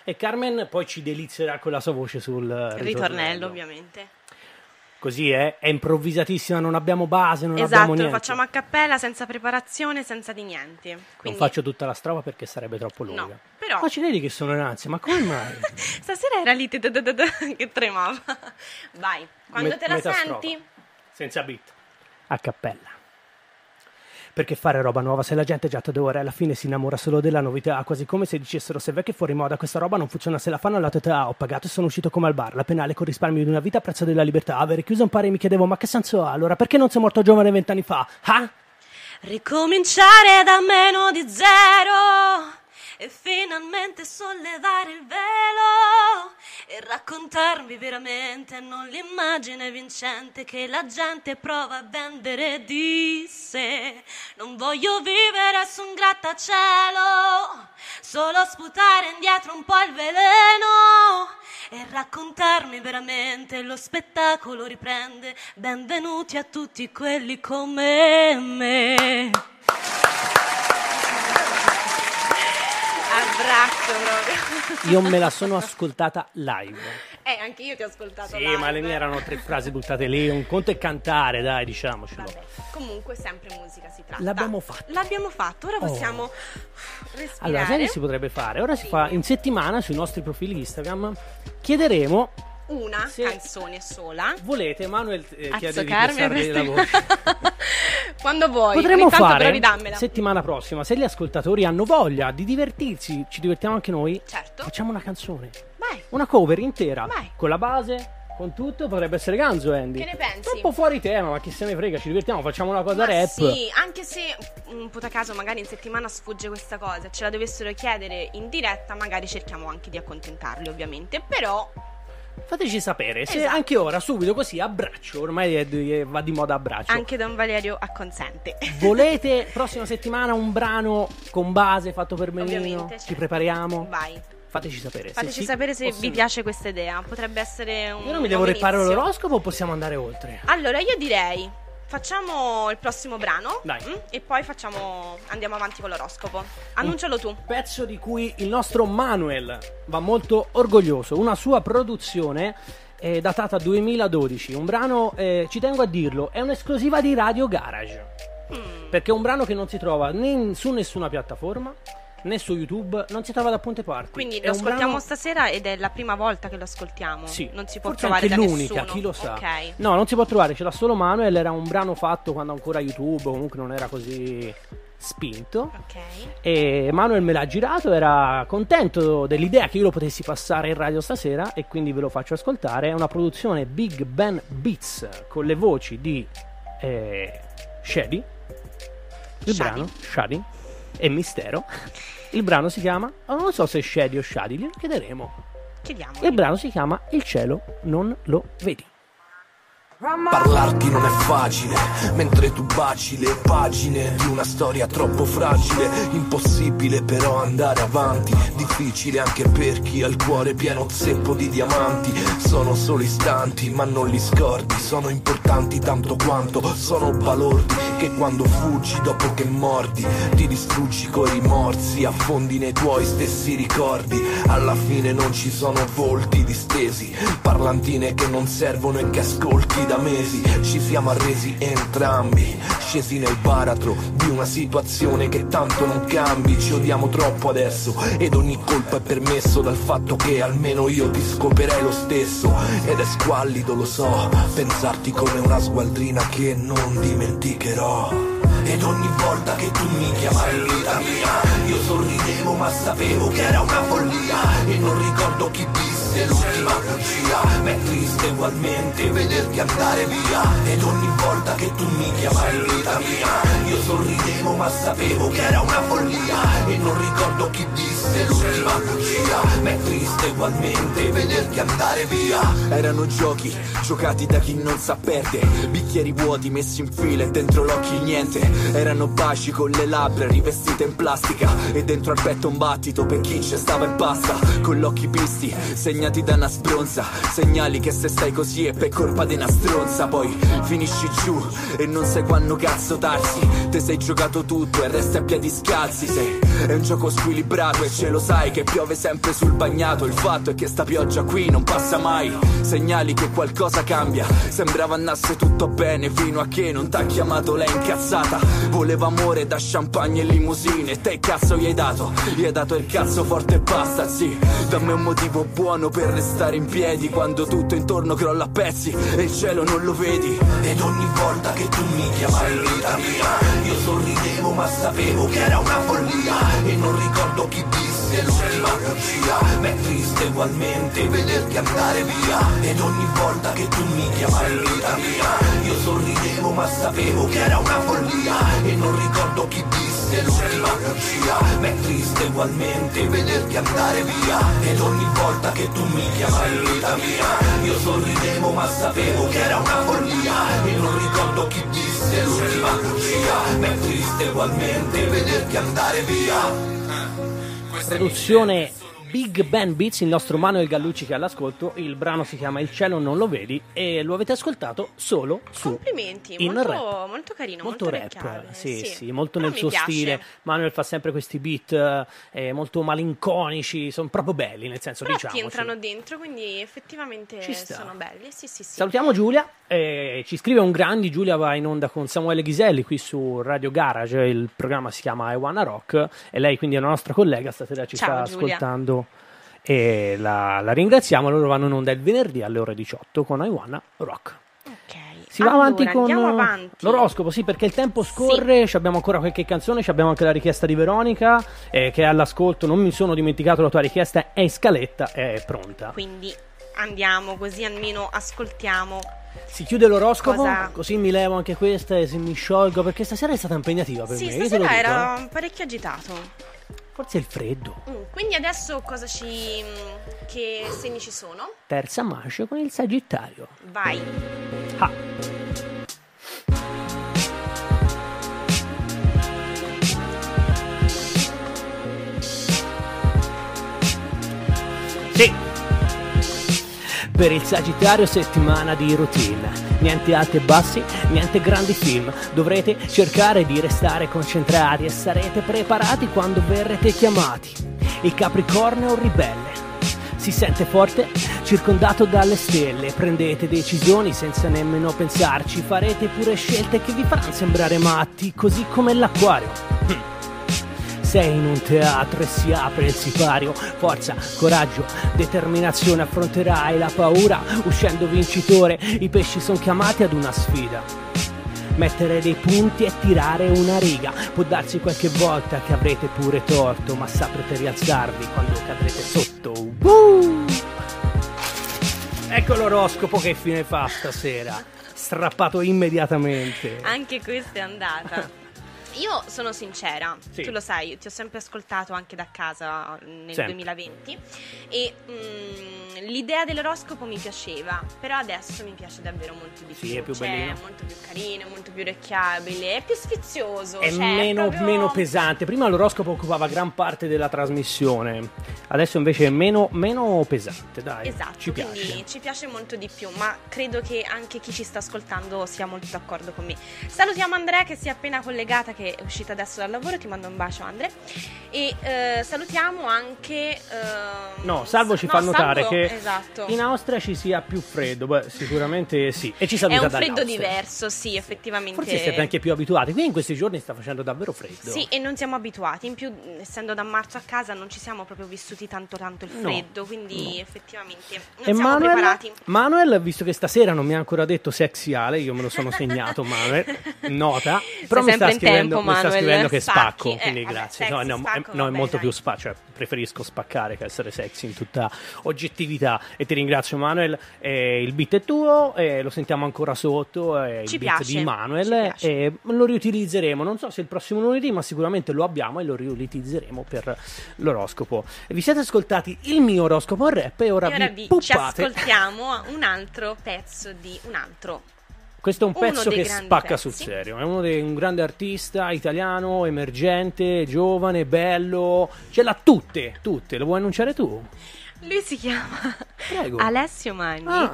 E Carmen poi ci delizierà con la sua voce sul ritornello, ritornello ovviamente. Così è, è improvvisatissima, non abbiamo base, non esatto, abbiamo niente. Lo facciamo a cappella, senza preparazione, senza di niente. Non Quindi... faccio tutta la strofa perché sarebbe troppo lunga. No, però... Ma ci vedi che sono in ansia, ma come mai? Stasera era lì che tremava. Vai, quando Me- te la metà senti? strofa. Senza beat. A cappella. Perché fare roba nuova se la gente già t'adora e alla fine si innamora solo della novità, quasi come se dicessero se vecchio fuori moda questa roba non funziona se la fanno alla tua età. Ho pagato e sono uscito come al bar, la penale con risparmio di una vita a prezzo della libertà. Avere chiuso un pari mi chiedevo ma che senso ha? Allora perché non sei morto giovane vent'anni fa? Ah? Ricominciare da meno di zero e finalmente sollevare il velo e raccontarmi veramente non l'immagine vincente che la gente prova a vendere di sé. Non voglio vivere su un grattacielo, solo sputare indietro un po' il veleno e raccontarmi veramente lo spettacolo riprende. Benvenuti a tutti quelli come me. Abbraccio proprio. Io me la sono ascoltata live. Eh, anche io ti ho ascoltato Sì, live. ma le mie erano tre frasi buttate lì. Un conto è cantare, dai, diciamocelo. Vabbè, comunque sempre musica si tratta. L'abbiamo fatto. L'abbiamo fatto, ora possiamo Oh. respirare. Allora, sai che si potrebbe fare? Ora si fa in settimana sui nostri profili Instagram. Chiederemo, Una se canzone sola. volete, Manuel eh, chiede di Azzoccarmi piazzarvi la questa- voce. Quando vuoi. Potremmo Intanto però fare ridammela. settimana prossima, se gli ascoltatori hanno voglia di divertirsi, ci divertiamo anche noi. Certo. Facciamo una canzone, Vai. una cover intera, Vai. con la base, con tutto, potrebbe essere ganzo, Andy. Che ne pensi? Troppo fuori tema, ma chi se ne frega, ci divertiamo, facciamo una cosa Ma rap. sì, anche se un puta caso magari in settimana sfugge questa cosa, ce la dovessero chiedere in diretta, magari cerchiamo anche di accontentarli, ovviamente. Però Fateci sapere, se Esatto. anche ora, subito così, abbraccio, ormai è- è- va di moda abbraccio. anche Don Valerio acconsente. Volete prossima settimana un brano con base fatto per Menino? Ovviamente, Ci certo. prepariamo? Vai. Fateci sapere. se Fateci sì, sapere se o vi no. piace questa idea. Potrebbe essere un Io non mi devo nuovo reppare inizio. l'oroscopo o possiamo andare oltre? Allora io direi facciamo il prossimo brano. Dai. mm, E poi facciamo andiamo avanti con l'oroscopo. Annuncialo tu. Pezzo di cui il nostro Manuel va molto orgoglioso. Una sua produzione eh, datata duemiladodici. Un brano, eh, ci tengo a dirlo, è un'esclusiva di Radio Garage. Mm. Perché è un brano che non si trova né su nessuna piattaforma, né su YouTube, non si trova da punte parti. Quindi È lo un ascoltiamo brano- stasera ed è la prima volta che lo ascoltiamo. Sì, Non si può forse trovare anche da l'unica, nessuno. chi lo sa. Ok. No, non si può trovare, ce l'ha solo Manuel, era un brano fatto quando ancora YouTube comunque non era così spinto. Ok. E Manuel me l'ha girato, era contento dell'idea che io lo potessi passare in radio stasera e quindi ve lo faccio ascoltare. È una produzione Big Ben Beats con le voci di eh, Shady, il Shady. brano Shady e Mistero. Il brano si chiama, oh, non so se è Shady o Shady, glielo chiederemo. Chiediamo. Il brano si chiama Il cielo non lo vedi. Parlarti non è facile, mentre tu baci le pagine di una storia troppo fragile. Impossibile però andare avanti, difficile anche per chi ha il cuore pieno zeppo di diamanti. Sono solo istanti ma non li scordi, sono importanti tanto quanto sono balordi. Che quando fuggi dopo che mordi, ti distruggi coi rimorsi, affondi nei tuoi stessi ricordi. Alla fine non ci sono volti distesi, parlantine che non servono e che ascolti da mesi. Ci siamo arresi entrambi, scesi nel baratro di una situazione che tanto non cambi. Ci odiamo troppo adesso ed ogni colpa è permesso dal fatto che almeno io ti scoperei lo stesso. Ed è squallido, lo so, pensarti come una sgualdrina che non dimenticherò. Ed ogni volta che tu mi chiamavi vita mia, io sorridevo ma sapevo che era una follia. E non ricordo chi disse l'ultima bugia, ma è triste ugualmente vederti andare via. Ed ogni volta che tu mi chiamavi vita mia, io sorridevo ma sapevo che era una follia. E non ricordo chi disse l'ultima bugia, ma è triste triste ugualmente vederti andare via. Erano giochi giocati da chi non sa perdere, bicchieri vuoti messi in fila e dentro l'occhio niente. Erano baci con le labbra rivestite in plastica e dentro al petto un battito per chi ci stava e basta. Con gli occhi pisti, segnati da una sbronza, segnali che se stai così è per colpa di una stronza. Poi finisci giù e non sai quando cazzo darsi. Te sei giocato tutto e resti a piedi scalzi. Sei, è un gioco squilibrato e ce lo sai che piove sempre sul bagnato. Il fatto è che sta pioggia qui non passa mai. Segnali che qualcosa cambia. Sembrava andasse tutto bene fino a che non t'ha chiamato lei incazzata. Voleva amore da champagne e limousine e te cazzo gli hai dato? Gli hai dato il cazzo forte e basta, sì. Dammi un motivo buono per restare in piedi quando tutto intorno crolla a pezzi e il cielo non lo vedi. Ed ogni volta che tu mi chiamavi vita mia, io sorridevo ma sapevo che era una follia. E non ricordo chi disse l'ultima bugia, ma è triste ugualmente vederti andare via. Ed ogni volta che tu mi chiamavi vita mia, io sorridevo ma sapevo che era una follia. E non ricordo chi disse l'ultima bugia, ma è triste ugualmente vederti andare via. Ed ogni volta che tu mi chiamavi vita mia, io sorridevo ma sapevo che era una follia. E non ricordo chi disse l'ultima bugia, ma è triste ugualmente vederti andare via. Produzione Big Band Beats, il nostro Manuel Gallucci che è all'ascolto. Il brano si chiama Il cielo non lo vedi e lo avete ascoltato solo su Complimenti, in molto, rap. molto carino, molto, molto rap, orecchiabile, sì, sì, sì, molto però nel mi suo piace. stile. Manuel fa sempre questi beat eh, molto malinconici, sono proprio belli, nel senso, Però diciamo. ti entrano dentro, quindi effettivamente Ci sta. sono belli. Sì, sì, sì. Salutiamo Giulia, eh, ci scrive un grandi. Giulia va in onda con Samuele Ghiselli qui su Radio Garage, il programma si chiama I Wanna Rock e lei quindi è una nostra collega, stasera ci Ciao, sta Giulia. ascoltando e la, la ringraziamo. Loro vanno in onda il venerdì alle ore diciotto con I Wanna Rock. Ok. Si va Allora, avanti con andiamo avanti. l'oroscopo, sì, perché il tempo scorre, ci abbiamo ancora qualche canzone, ci abbiamo anche la richiesta di Veronica eh, che è all'ascolto. Non mi sono dimenticato la tua richiesta, è in scaletta, è pronta. Quindi andiamo, così almeno ascoltiamo. Si chiude l'oroscopo, Cosa- così mi levo anche questa e se mi sciolgo, perché stasera è stata impegnativa per Sì, me. io te lo stasera dico, era eh. parecchio agitato. Forse è il freddo. Mm, quindi adesso cosa ci... mm, che segni ci sono? Terza manche con il Sagittario. Vai. Ah. Sì. Per il Sagittario settimana di routine. Niente alti e bassi, niente grandi film. Dovrete cercare di restare concentrati e sarete preparati quando verrete chiamati. Il Capricorno è un ribelle. Si sente forte, circondato dalle stelle. Prendete decisioni senza nemmeno pensarci. Farete pure scelte che vi faranno sembrare matti, così come l'Acquario. Sei in un teatro e si apre il sipario. Forza, coraggio, determinazione, affronterai la paura uscendo vincitore. I pesci sono chiamati ad una sfida. Mettere dei punti e tirare una riga. Può darsi qualche volta che avrete pure torto, ma saprete rialzarvi quando cadrete sotto. Woo! Ecco l'oroscopo che fine fa stasera. Strappato immediatamente. Anche questa è andata. Io sono sincera, Sì. tu lo sai, ti ho sempre ascoltato anche da casa nel Sempre. duemilaventi e mm, l'idea dell'oroscopo mi piaceva, però adesso mi piace davvero molto di Sì, più. è più cioè, bellino. è molto più carino, molto più orecchiabile, è più sfizioso. È cioè, meno, proprio- meno pesante. Prima l'oroscopo occupava gran parte della trasmissione, adesso invece è meno, meno pesante. Dai, Esatto, ci piace. quindi ci piace molto di più, ma credo che anche chi ci sta ascoltando sia molto d'accordo con me. Salutiamo Andrea che si è appena collegata, che è uscita adesso dal lavoro, ti mando un bacio Andre. E eh, salutiamo anche... ehm, No, Salvo ci no, fa notare Salvo, che esatto. in Austria ci sia più freddo. Beh, sicuramente sì. E ci È saluta un freddo dall'Austria. diverso, sì, effettivamente. Forse siete anche più abituati. Qui in questi giorni sta facendo davvero freddo. Sì, e non siamo abituati. In più, essendo da marzo a casa, non ci siamo proprio vissuti tanto tanto il No, freddo, quindi no. effettivamente non E siamo Manuel, preparati. Manuel, visto che stasera non mi ha ancora detto sexy Ale, io me lo sono segnato, Manuel, nota, però mi sta, sempre in scrivendo, tempo, mi sta Manuel, scrivendo che spacchi. spacco, Eh, quindi vabbè, grazie. sexy, No, no, spacco, è, no, è vabbè, molto dai. più spacco, cioè preferisco spaccare che essere sexy in tutta oggettività. E ti ringrazio Manuel, eh, il beat è tuo, eh, lo sentiamo ancora sotto, eh, il Ci beat piace, di Manuel, ci piace. e lo riutilizzeremo, non so se il prossimo lunedì, ma sicuramente lo abbiamo e lo riutilizzeremo per l'oroscopo. E vi siete siete ascoltati il mio oroscopo rap e ora, E ora vi vi, ci puppate. ascoltiamo un altro pezzo di un altro. Questo è un Uno pezzo dei che grandi spacca pezzi. sul serio. È uno dei un grande artista italiano, emergente, giovane, bello. Ce l'ha tutte, tutte. Lo vuoi annunciare tu? Lui si chiama Prego. Alessio Magni. Ah.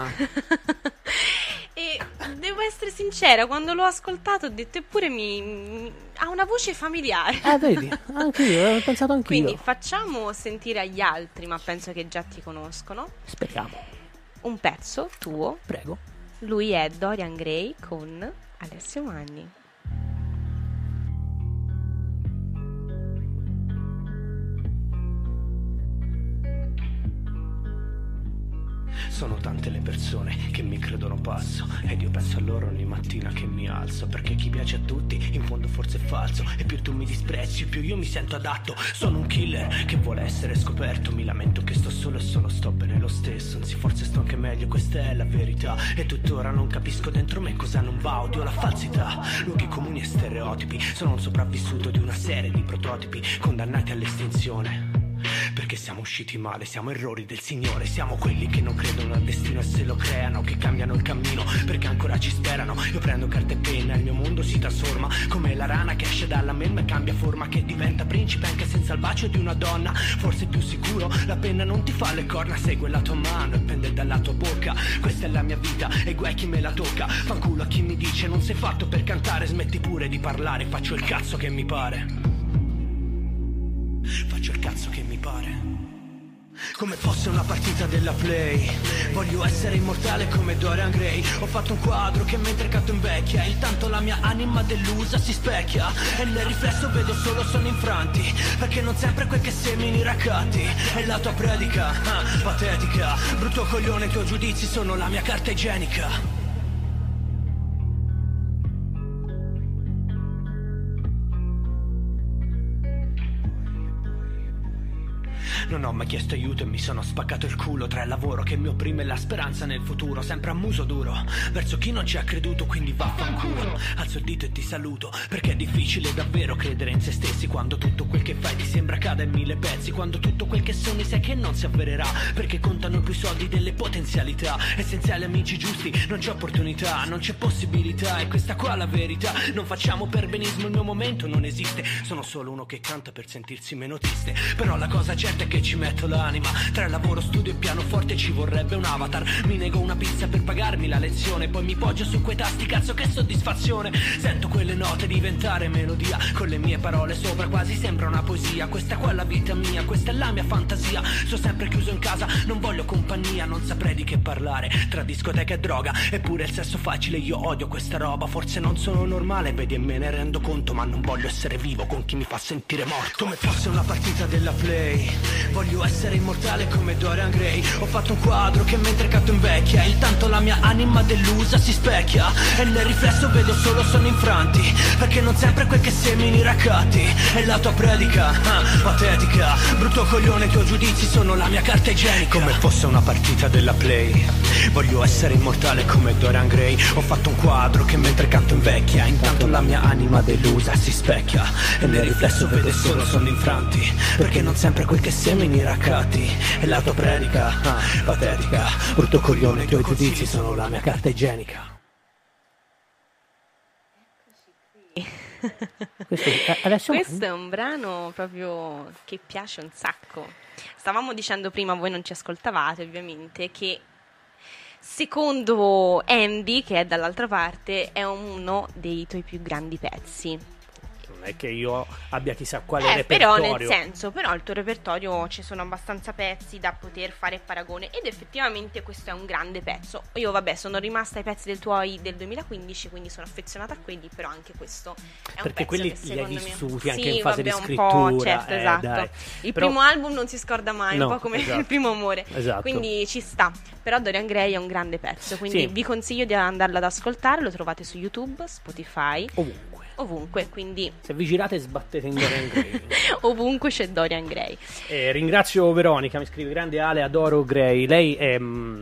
E devo essere sincera, quando l'ho ascoltato ho detto eppure mi, mi- ha una voce familiare. Eh, vedi, anche io, avevo pensato anch'io. Quindi facciamo sentire agli altri, ma penso che già ti conoscono, Speriamo. un pezzo tuo. Prego. Lui è Dorian Gray con Alessio Magni. Sono tante le persone che mi credono pazzo ed io penso a loro ogni mattina che mi alzo, perché chi piace a tutti in fondo forse è falso, e più tu mi disprezzi più io mi sento adatto. Sono un killer che vuole essere scoperto, mi lamento che sto solo e solo sto bene lo stesso, anzi forse sto anche meglio, questa è la verità, e tuttora non capisco dentro me cosa non va, odio la falsità, luoghi comuni e stereotipi. Sono un sopravvissuto di una serie di prototipi condannati all'estinzione, perché siamo usciti male, siamo errori del Signore. Siamo quelli che non credono al destino e se lo creano, che cambiano il cammino perché ancora ci sperano. Io prendo carta e penna, il mio mondo si trasforma come la rana che esce dalla melma e cambia forma, che diventa principe anche senza il bacio di una donna. Forse più sicuro, la penna non ti fa le corna, segue la tua mano e pende dalla tua bocca. Questa è la mia vita e guai chi me la tocca. Fanculo a chi mi dice non sei fatto per cantare, smetti pure di parlare, faccio il cazzo che mi pare. Faccio il cazzo che mi pare. Come fosse una partita della play, voglio essere immortale come Dorian Gray. Ho fatto un quadro che mentre canto invecchia, intanto la mia anima delusa si specchia, e nel riflesso vedo solo sono infranti, perché non sempre quel che semini raccatti. E la tua predica, ah, patetica, brutto coglione, i tuoi giudizi sono la mia carta igienica. Non ho mai chiesto aiuto e mi sono spaccato il culo tra il lavoro che mi opprime e la speranza nel futuro, sempre a muso duro verso chi non ci ha creduto, quindi vaffanculo. Alzo il dito e ti saluto, perché è difficile davvero credere in se stessi quando tutto quel che fai ti sembra cada in mille pezzi, quando tutto quel che sogni sai che non si avvererà, perché contano più soldi delle potenzialità. Essenziali amici giusti, non c'è opportunità, non c'è possibilità, e questa qua è la verità. Non facciamo perbenismo, il mio momento non esiste, sono solo uno che canta per sentirsi meno triste. Però la cosa certa è che ci metto l'anima, tra lavoro, studio e pianoforte ci vorrebbe un avatar. Mi nego una pizza per pagarmi la lezione, poi mi poggio su quei tasti, cazzo che soddisfazione. Sento quelle note diventare melodia, con le mie parole sopra quasi sembra una poesia. Questa qua è la vita mia, questa è la mia fantasia. Sto sempre chiuso in casa, non voglio compagnia, non saprei di che parlare tra discoteca e droga, eppure il sesso facile, io odio questa roba. Forse non sono normale, vedi, e me ne rendo conto, ma non voglio essere vivo con chi mi fa sentire morto. Come fosse una partita della play, voglio essere immortale come Dorian Gray. Ho fatto un quadro che mentre canto invecchia, intanto la mia anima delusa si specchia, e nel riflesso vedo solo sono infranti, perché non sempre quel che semini raccatti. E la tua predica, ah, patetica, brutto coglione, i tuoi giudizi sono la mia carta igienica. Come fosse una partita della play, voglio essere immortale come Dorian Gray. Ho fatto un quadro che mentre canto invecchia, intanto la mia anima delusa si specchia, e nel riflesso vedo solo sono infranti, perché non sempre quel che semini raccatti. E la tua predica, ah, patetica, brutto coglione, i tuoi giudizi sono la mia carta igienica. Questo, eh, adesso Questo è un brano proprio che piace un sacco. Stavamo dicendo prima, voi non ci ascoltavate ovviamente, che secondo Andy, che è dall'altra parte, è uno dei tuoi più grandi pezzi. non è che io abbia chissà quale Eh, repertorio. però nel senso, però il tuo repertorio ci sono abbastanza pezzi da poter fare paragone, ed effettivamente questo è un grande pezzo. Io vabbè sono rimasta ai pezzi del tuoi del duemilaquindici, quindi sono affezionata a quelli, però anche questo è un perché pezzo quelli che li hai secondo me- vissuti anche sì, in fase vabbè, di un scrittura, po', certo, eh, esatto. dai. Il Però- primo album non si scorda mai, No, un po' come esatto. il primo amore, Esatto. quindi ci sta. Però Dorian Gray è un grande pezzo, quindi Sì. vi consiglio di andarlo ad ascoltare. Lo trovate su YouTube, Spotify, Ovunque. ovunque, quindi Se vi girate sbattete in Dorian Gray. ovunque c'è Dorian Gray. Eh, ringrazio Veronica, mi scrive: grande Ale, adoro Gray. Lei è mm,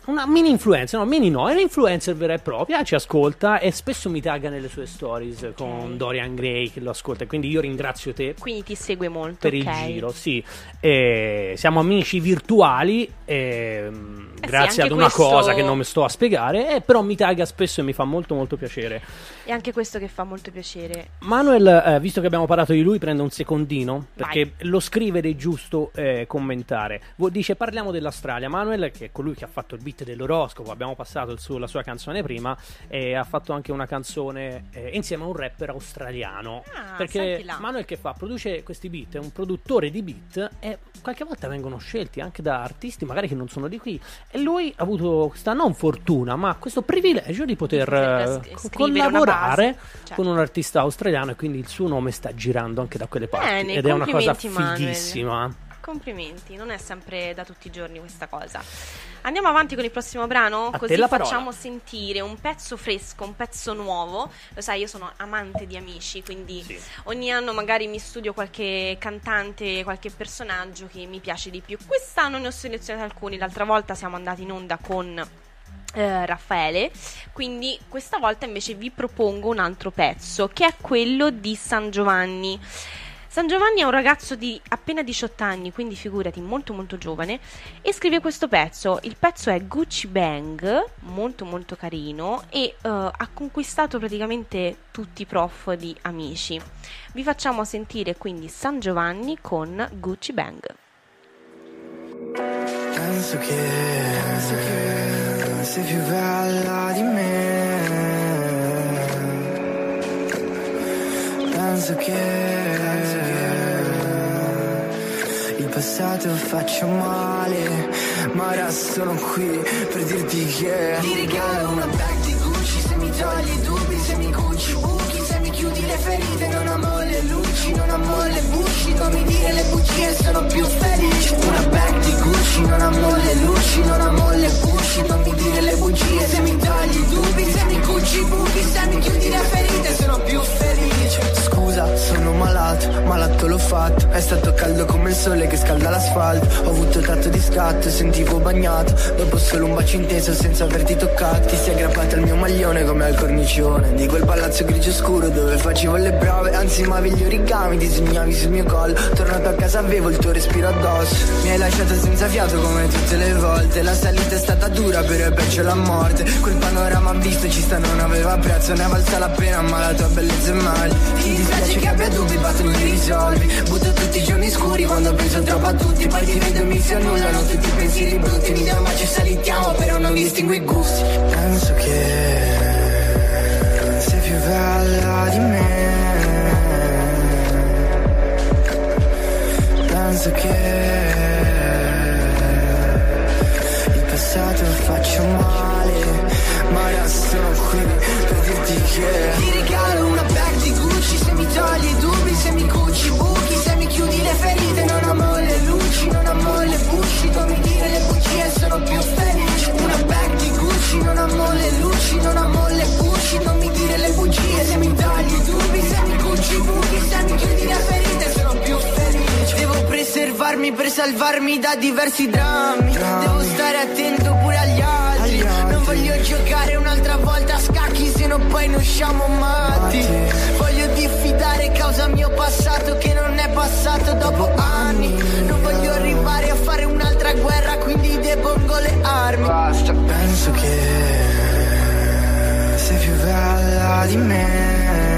una mini influencer, no, mini no, è un'influencer vera e propria, ci ascolta e spesso mi tagga nelle sue stories okay. con Dorian Gray che lo ascolta, quindi io ringrazio te. Quindi ti segue molto per okay. il giro, sì. E siamo amici virtuali e, eh grazie sì, ad una questo... cosa che non mi sto a spiegare, eh, però mi tagga spesso e mi fa molto molto piacere. E anche questo che fa molto piacere. Manuel, eh, visto che abbiamo parlato di lui, prende un secondino perché Vai. lo scrive ed è giusto eh, commentare. Dice parliamo dell'Australia. Manuel, che è colui che ha fatto il beat dell'oroscopo, abbiamo passato il suo, la sua canzone prima, e ha fatto anche una canzone eh, insieme a un rapper australiano. Ah, perché Manuel che fa? Produce questi beat, è un produttore di beat e qualche volta vengono scelti anche da artisti magari che non sono di qui. E lui ha avuto questa non fortuna, ma questo privilegio di poter, poter uh, sc- collaborare certo. con un artista australiano, e quindi il suo nome sta girando anche da quelle parti. Bene, ed è una cosa Manuel. fighissima. Complimenti, non è sempre da tutti i giorni questa cosa. Andiamo avanti con il prossimo brano, A così te la facciamo parola. sentire un pezzo fresco, un pezzo nuovo. Lo sai, io sono amante di Amici, quindi Sì. ogni anno magari mi studio qualche cantante, qualche personaggio che mi piace di più. Quest'anno ne ho selezionato alcuni, l'altra volta siamo andati in onda con eh, Raffaele, quindi questa volta invece vi propongo un altro pezzo, che è quello di San Giovanni. San Giovanni è un ragazzo di appena diciotto anni, quindi figurati, molto molto giovane, e scrive questo pezzo. Il pezzo è Gucci Bang, molto molto carino, e uh, ha conquistato praticamente tutti i prof di Amici. Vi facciamo sentire quindi San Giovanni con Gucci Bang. Penso che, penso che sei più bella di me. Penso che il passato faccio male, ma ora sono qui per dirti che ti regalo una bag di Gucci, se mi togli i dubbi, se mi cuci buchi, se mi chiudi le ferite, non amo le luci, non amo le buci, non mi dire le bugie, sono più felice. Una bag di Gucci, non amo le luci, non amo le buci, non mi dire le bugie, se mi togli i dubbi, se mi cuci buchi, se mi chiudi le ferite, sono più felice. Scusa, sono malato, malato l'ho fatto, è stato caldo come il sole che scalda l'asfalto. Ho avuto tanto di scatto, sentivo bagnato, dopo solo un bacio inteso senza averti toccato. Ti sei aggrappato al mio maglione come al cornicione di quel palazzo grigio scuro dove facevo le prove, anzi mavi gli origami, disegnavi sul mio collo. Tornato a casa avevo il tuo respiro addosso, mi hai lasciato senza fiato come tutte le volte. La salita è stata dura, però è peggio la morte. Quel panorama visto ci sta, non aveva prezzo, ne è valsa la pena, ma la tua bellezza è meglio. Ti dispiace che abbia dubbi, ma tu li risolvi. Butto tutti i giorni scuri quando penso troppo a tutti, poi ti vedo e mi si annullano tutti i pensieri brutti. Mi diamo ma ci salitiamo, però non distingo i gusti. Penso che sei più bella di me. Penso che il passato faccio male, ma ora sono qui per dirti che ti regalo una bag di Gucci, se mi togli i dubbi, se mi cuci buchi, se mi chiudi le ferite, non amo le luci, non amo le buci, non mi dire le bugie, sono più felice. Una bag di Gucci, non amo le luci, non amo le buci, non mi dire le bugie, se mi togli i dubbi, se mi cuci buchi, se mi chiudi le ferite, sono più felice. Devo preservarmi per salvarmi da diversi drammi, drammi. Devo stare attento pure agli altri. agli altri Non voglio giocare un'altra volta a scacchi, se no poi ne usciamo matti. matti Voglio diffidare causa mio passato che non è passato dopo anni. Non voglio arrivare a fare un'altra guerra, quindi depongo le armi. Basta. Penso che sei più bella di me.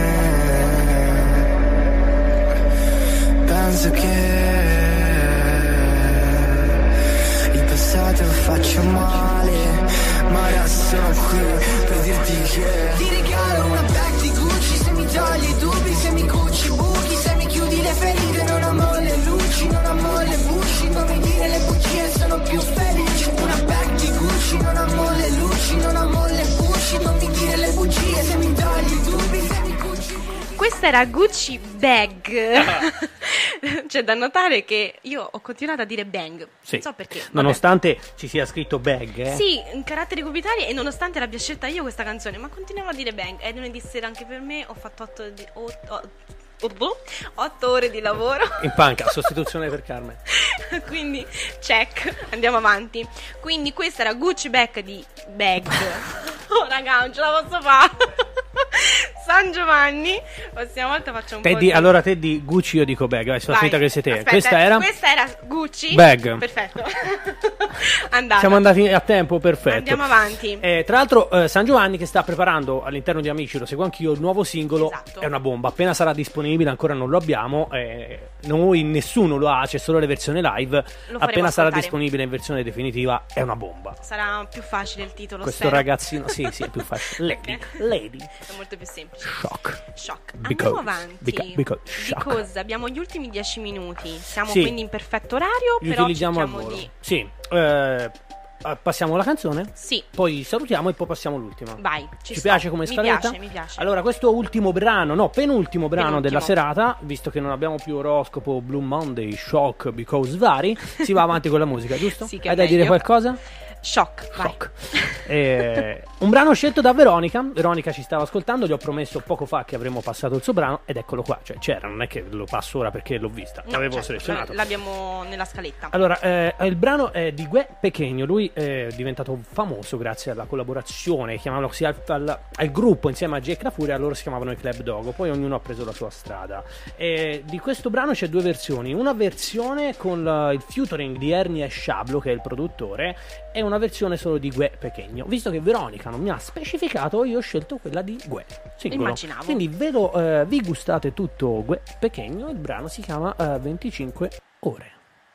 Penso che il passato faccio male, ma ora sono qui per dirti che ti regalo una bag di Gucci, se mi togli i dubbi, se mi cuci buchi, se mi chiudi le ferite, non amo le luci, non amo le buci, non mi dire le bugie, sono più felice. Una bag di Gucci, non amo le luci, non amo le buci, non mi dire le bugie, se mi togli i dubbi, se mi cuci buchi. Questa era Gucci Bag. C'è da notare che io ho continuato a dire bang. Sì. Non so perché. Vabbè. Nonostante ci sia scritto bag, eh? Sì, in caratteri cubitali, e nonostante l'abbia scelta io questa canzone, ma continuiamo a dire bang. È lunedì sera anche per me. Ho fatto otto, di, otto, otto, otto ore di lavoro. In panca, sostituzione per Carmen. Quindi check, andiamo avanti. Quindi questa era Gucci Bag di Bag. Oh raga, non ce la posso fare. San Giovanni. Prossima volta faccio un te po' di, di... Allora te di Gucci, io dico Bag. Vai, sono finita che sei te. Aspetta, Questa era Questa era Gucci Bag. Perfetto. Andata. Siamo andati a tempo, perfetto. Andiamo avanti. Eh, tra l'altro eh, San Giovanni che sta preparando all'interno di Amici, lo seguo anch'io, il nuovo singolo. Esatto. È una bomba. Appena sarà disponibile, ancora non lo abbiamo, eh, noi nessuno lo ha, c'è solo le versioni live. Lo faremo Appena sarà ascoltare. disponibile in versione definitiva è una bomba. Sarà più facile il titolo. Questo spero. ragazzino, sì, sì, è più facile. Lady, Ok. lady. È molto più semplice. Shock. Shock. Because- Andiamo avanti. beca- because shock. Because abbiamo gli ultimi dieci minuti. Siamo Sì. quindi in perfetto orario. Li però utilizziamo al cerchiamo volo. di. Sì, eh, eh, passiamo la canzone, Sì, poi salutiamo e poi passiamo all'ultima. vai. Ci, Ci sto. piace come Mi scaletta? piace, mi piace. Allora, questo ultimo brano, no, penultimo brano Penultimo. della serata, visto che non abbiamo più oroscopo, Blue Monday, Shock, Because vari, si va avanti con la musica, giusto? Sì, che Hai è da dire meglio. qualcosa? Shock, vai. Shock. Eh, un brano scelto da Veronica. Veronica ci stava ascoltando, gli ho promesso poco fa che avremmo passato il suo brano ed eccolo qua, cioè c'era, non è che lo passo ora perché l'ho vista, No, l'avevo certo, selezionato. l'abbiamo nella scaletta. Allora, eh, il brano è di Gue Pequeno, lui è diventato famoso grazie alla collaborazione, chiamavano così al, al, al gruppo insieme a Jake La Furia, loro si chiamavano i Club Dogo, poi ognuno ha preso la sua strada. E di questo brano c'è due versioni, una versione con la, il featuring di Ernie Sciablo, che è il produttore, e una versione solo di Gue Pequeno. Visto che Veronica non mi ha specificato, io ho scelto quella di Gue, singolo. Immaginavo. Quindi vedo, eh, vi gustate tutto Gue Pequeno, il brano si chiama eh, venticinque ore.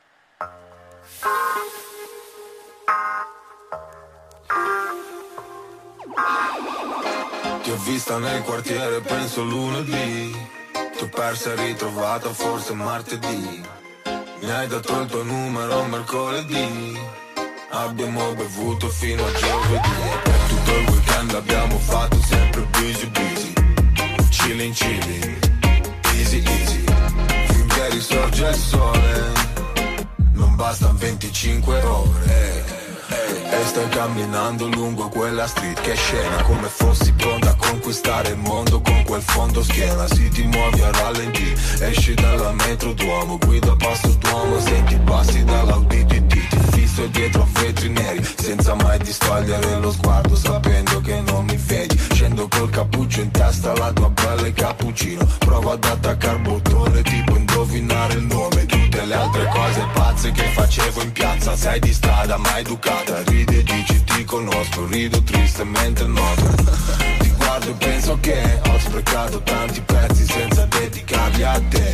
Ti ho vista nel quartiere, penso lunedì. Ti ho persa e ritrovata forse martedì. Mi hai dato il tuo numero mercoledì. Abbiamo bevuto fino a giovedì. E per tutto il weekend abbiamo fatto sempre busy busy. Chilling chilling, easy easy. Finché risorge il sole, non bastano venticinque ore. E stai camminando lungo quella street, che scena, come fossi pronta a conquistare il mondo con quel fondo schiena. Si ti muovi a rallenti, esci dalla metro Duomo, guida passo Duomo, senti i passi dall'Audi T T. Ti fisso dietro a vetri neri, senza mai distogliere lo sguardo, sapendo che non mi vedi. Scendo col cappuccio in testa, la tua pelle cappuccino. Provo ad attaccare bottone, tipo indovinare il nome. Tutte le altre cose pazze che facevo in piazza. Sei di strada, ma educata, ridi e dici ti conosco. Rido tristemente noto. Ti guardo e penso che ho sprecato tanti pezzi senza dedicarli a te.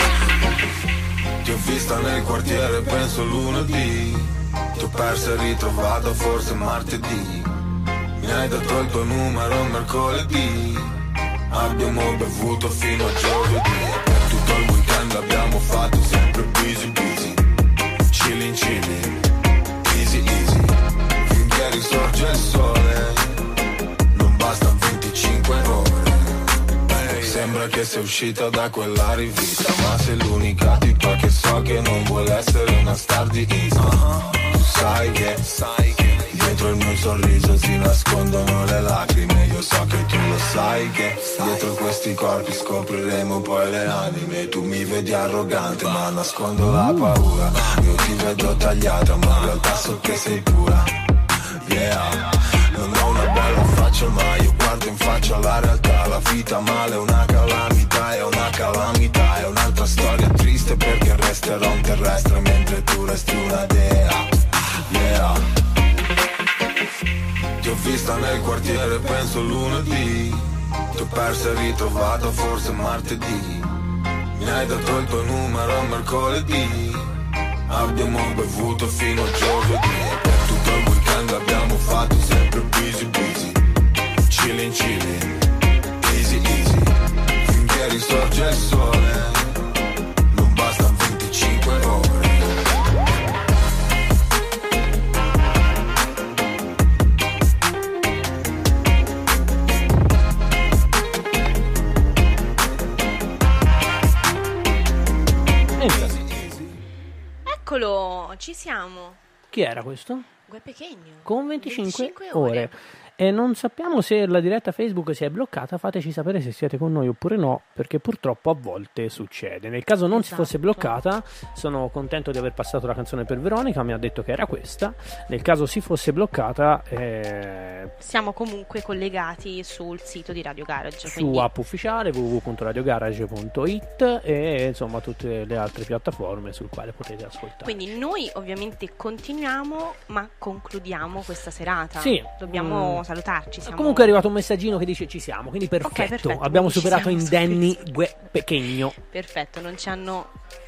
Ti ho vista nel quartiere, penso lunedì. Ti ho persa e ritrovata forse martedì. Mi hai dato il tuo numero mercoledì. Abbiamo bevuto fino a giovedì. E per tutto il weekend abbiamo fatto sempre busy busy. Chilling chilling, easy easy. Finché risorge il sole, non bastano venticinque ore. Hey, sembra che sei uscita da quella rivista, ma sei l'unica tipa che so che non vuole essere una star di Insta. uh-huh. Tu sai che, sai che dietro il mio sorriso si nascondono le lacrime. Io so che tu lo sai che dietro questi corpi scopriremo poi le anime. Tu mi vedi arrogante ma nascondo la paura. Io ti vedo tagliata ma in realtà so che sei pura. Yeah, non ho una bella faccia ma io guardo in faccia la realtà. La vita male è una calamità, è una calamità. È un'altra storia triste perché resterò un terrestre mentre tu resti una dea. Yeah. Ti ho vista nel quartiere, penso lunedì. Ti ho persa e ritrovata forse martedì. Mi hai dato il tuo numero mercoledì. Abbiamo bevuto fino a giovedì. E per tutto il weekend abbiamo fatto sempre busy busy. Chilling chilling, easy easy. Finché risorge il sole, non bastano venticinque ore. Eccolo, ci siamo. Chi era questo? Gue Pequeno. Con venticinque, venticinque ore. E non sappiamo se la diretta Facebook si è bloccata, fateci sapere se siete con noi oppure no, perché purtroppo a volte succede. Nel caso non Esatto. si fosse bloccata, sono contento di aver passato la canzone per Veronica, mi ha detto che era questa. Nel caso si fosse bloccata, eh, Siamo comunque collegati sul sito di Radio Garage. su Quindi app ufficiale w w w punto radio garage punto i t e insomma tutte le altre piattaforme sul quale potete ascoltare. Quindi noi ovviamente continuiamo, ma concludiamo questa serata. Sì. Dobbiamo Mm. salutarci. Siamo... Comunque è arrivato un messaggino che dice ci siamo, quindi perfetto, perfetto, abbiamo quindi ci superato siamo indenni subito. gue pechegno. Perfetto, non ci hanno...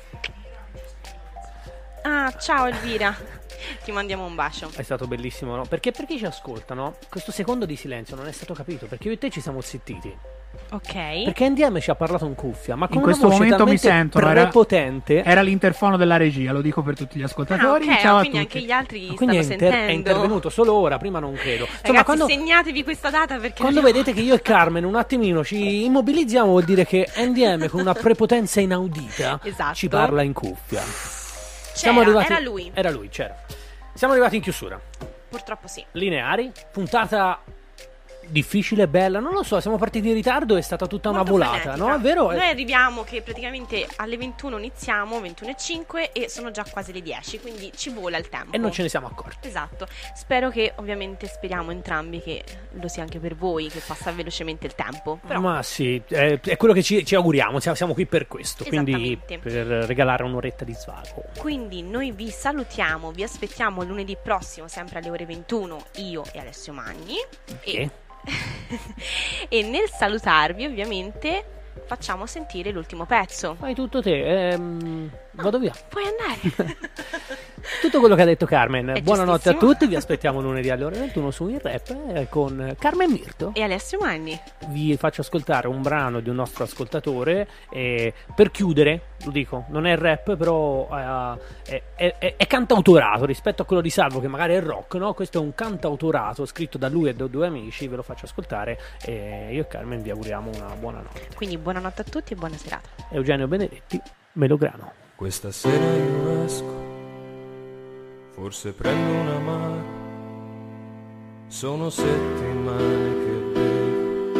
Ah, ciao Elvira. Ti mandiamo un bacio. È stato bellissimo, no? Perché per chi ci ascoltano, questo secondo di silenzio non è stato capito, perché io e te ci siamo zittiti. Ok. Perché N D M ci ha parlato in cuffia, ma con In una questo voce momento mi talmente sento, era- prepotente. Era l'interfono della regia, lo dico per tutti gli Ah, ascoltatori. ok, Ciao a quindi tutti. anche gli altri Quindi è, stanno inter- sentendo. è intervenuto solo ora, prima non credo. Insomma, Ragazzi, quando, segnatevi questa data perché quando abbiamo- vedete che io e Carmen un attimino ci immobilizziamo, vuol dire che N D M con una prepotenza inaudita Esatto. ci parla in cuffia. C'era, era lui. Era lui, c'era. Siamo arrivati in chiusura. Purtroppo sì. Lineari, puntata difficile, bella, non lo so, siamo partiti in ritardo, è stata tutta Molto una volata, frenetica. no? È vero? Noi arriviamo che praticamente alle ventuno iniziamo, ventuno e cinque, e sono già quasi le dieci, quindi ci vola il tempo. E non ce ne siamo accorti. Esatto. Spero che, ovviamente, speriamo entrambi che lo sia anche per voi, che passa velocemente il tempo. Però Ma sì, è, è quello che ci, ci auguriamo, siamo, siamo qui per questo, quindi Esattamente. per regalare un'oretta di svago. Quindi noi vi salutiamo, vi aspettiamo lunedì prossimo, sempre alle ore ventuno, io e Alessio Magni. E? E nel salutarvi, ovviamente, facciamo sentire l'ultimo pezzo. Fai tutto te, ehm, vado via. Puoi andare. Tutto quello che ha detto Carmen. È Buonanotte a giustissimo. tutti, vi aspettiamo lunedì alle ore ventuno su Il Rap eh, con Carmen Mirto. E Alessio Magni. Vi faccio ascoltare un brano di un nostro ascoltatore eh, per chiudere, lo dico, non è rap, però eh, è, è- è cantautorato rispetto a quello di Salvo che magari è rock, no? Questo è un cantautorato scritto da lui e da due amici, ve lo faccio ascoltare e io e Carmen vi auguriamo una buona notte. Quindi buonanotte a tutti e buona serata. Eugenio Benedetti, Melograno. Questa sera io esco, forse prendo una mare, sono settimane che bevo,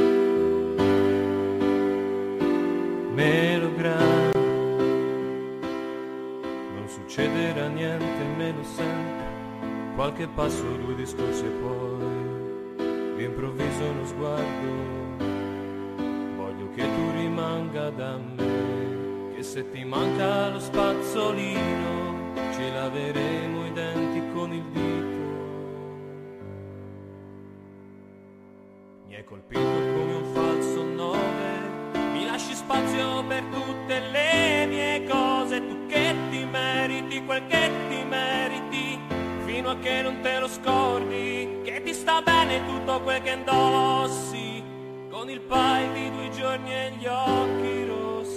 melograno, non succederà niente, me lo sento, qualche passo, due discorsi e poi improvviso uno sguardo, voglio che tu rimanga da me, che se ti manca lo spazzolino ci laveremo i denti con il dito. Mi hai colpito come un falso nove, mi lasci spazio per tutte le mie cose, tu che ti meriti quel che ti meriti, fino a che non te lo scordi, che ti sta bene tutto quel che indossi, con il paio di due giorni e gli occhi rossi.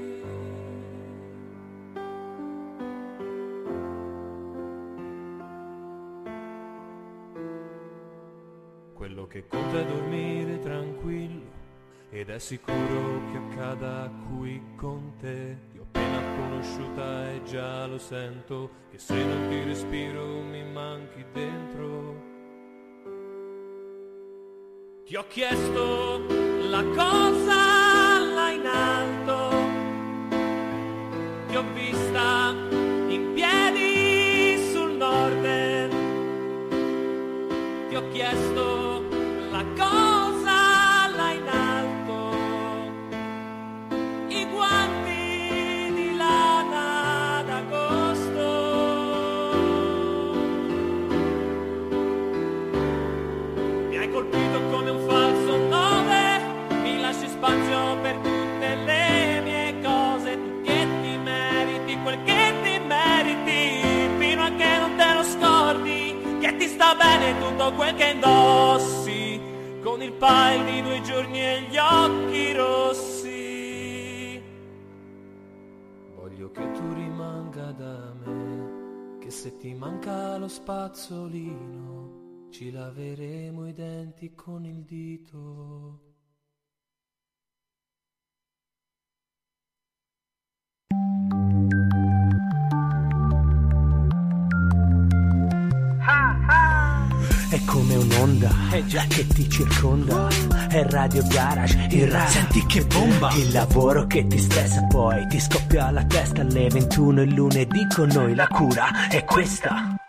Quello che conta è dormire tranquillo, ed è sicuro che accada qui con te. Ti ho appena conosciuta e già lo sento, che se non ti respiro mi manchi dentro. Ti ho chiesto la cosa là in alto, ti ho vista in piedi sul nord, ti ho chiesto la cosa là in alto, i guanti di lana d'agosto. Mi hai colpito come un falso nove, mi lasci spazio per tutte le mie cose, tu che ti meriti quel che ti meriti, fino a che non te lo scordi, che ti sta bene tutto quel che indossi, con il paio di due giorni e gli occhi rossi. Voglio che tu rimanga da me, che se ti manca lo spazzolino ci laveremo i denti con il dito. è come un'onda che ti circonda. È Radio Garage, il rap, senti che bomba. Il lavoro che ti stressa poi ti scoppia la testa alle ventuno il lunedì con noi. La cura è questa.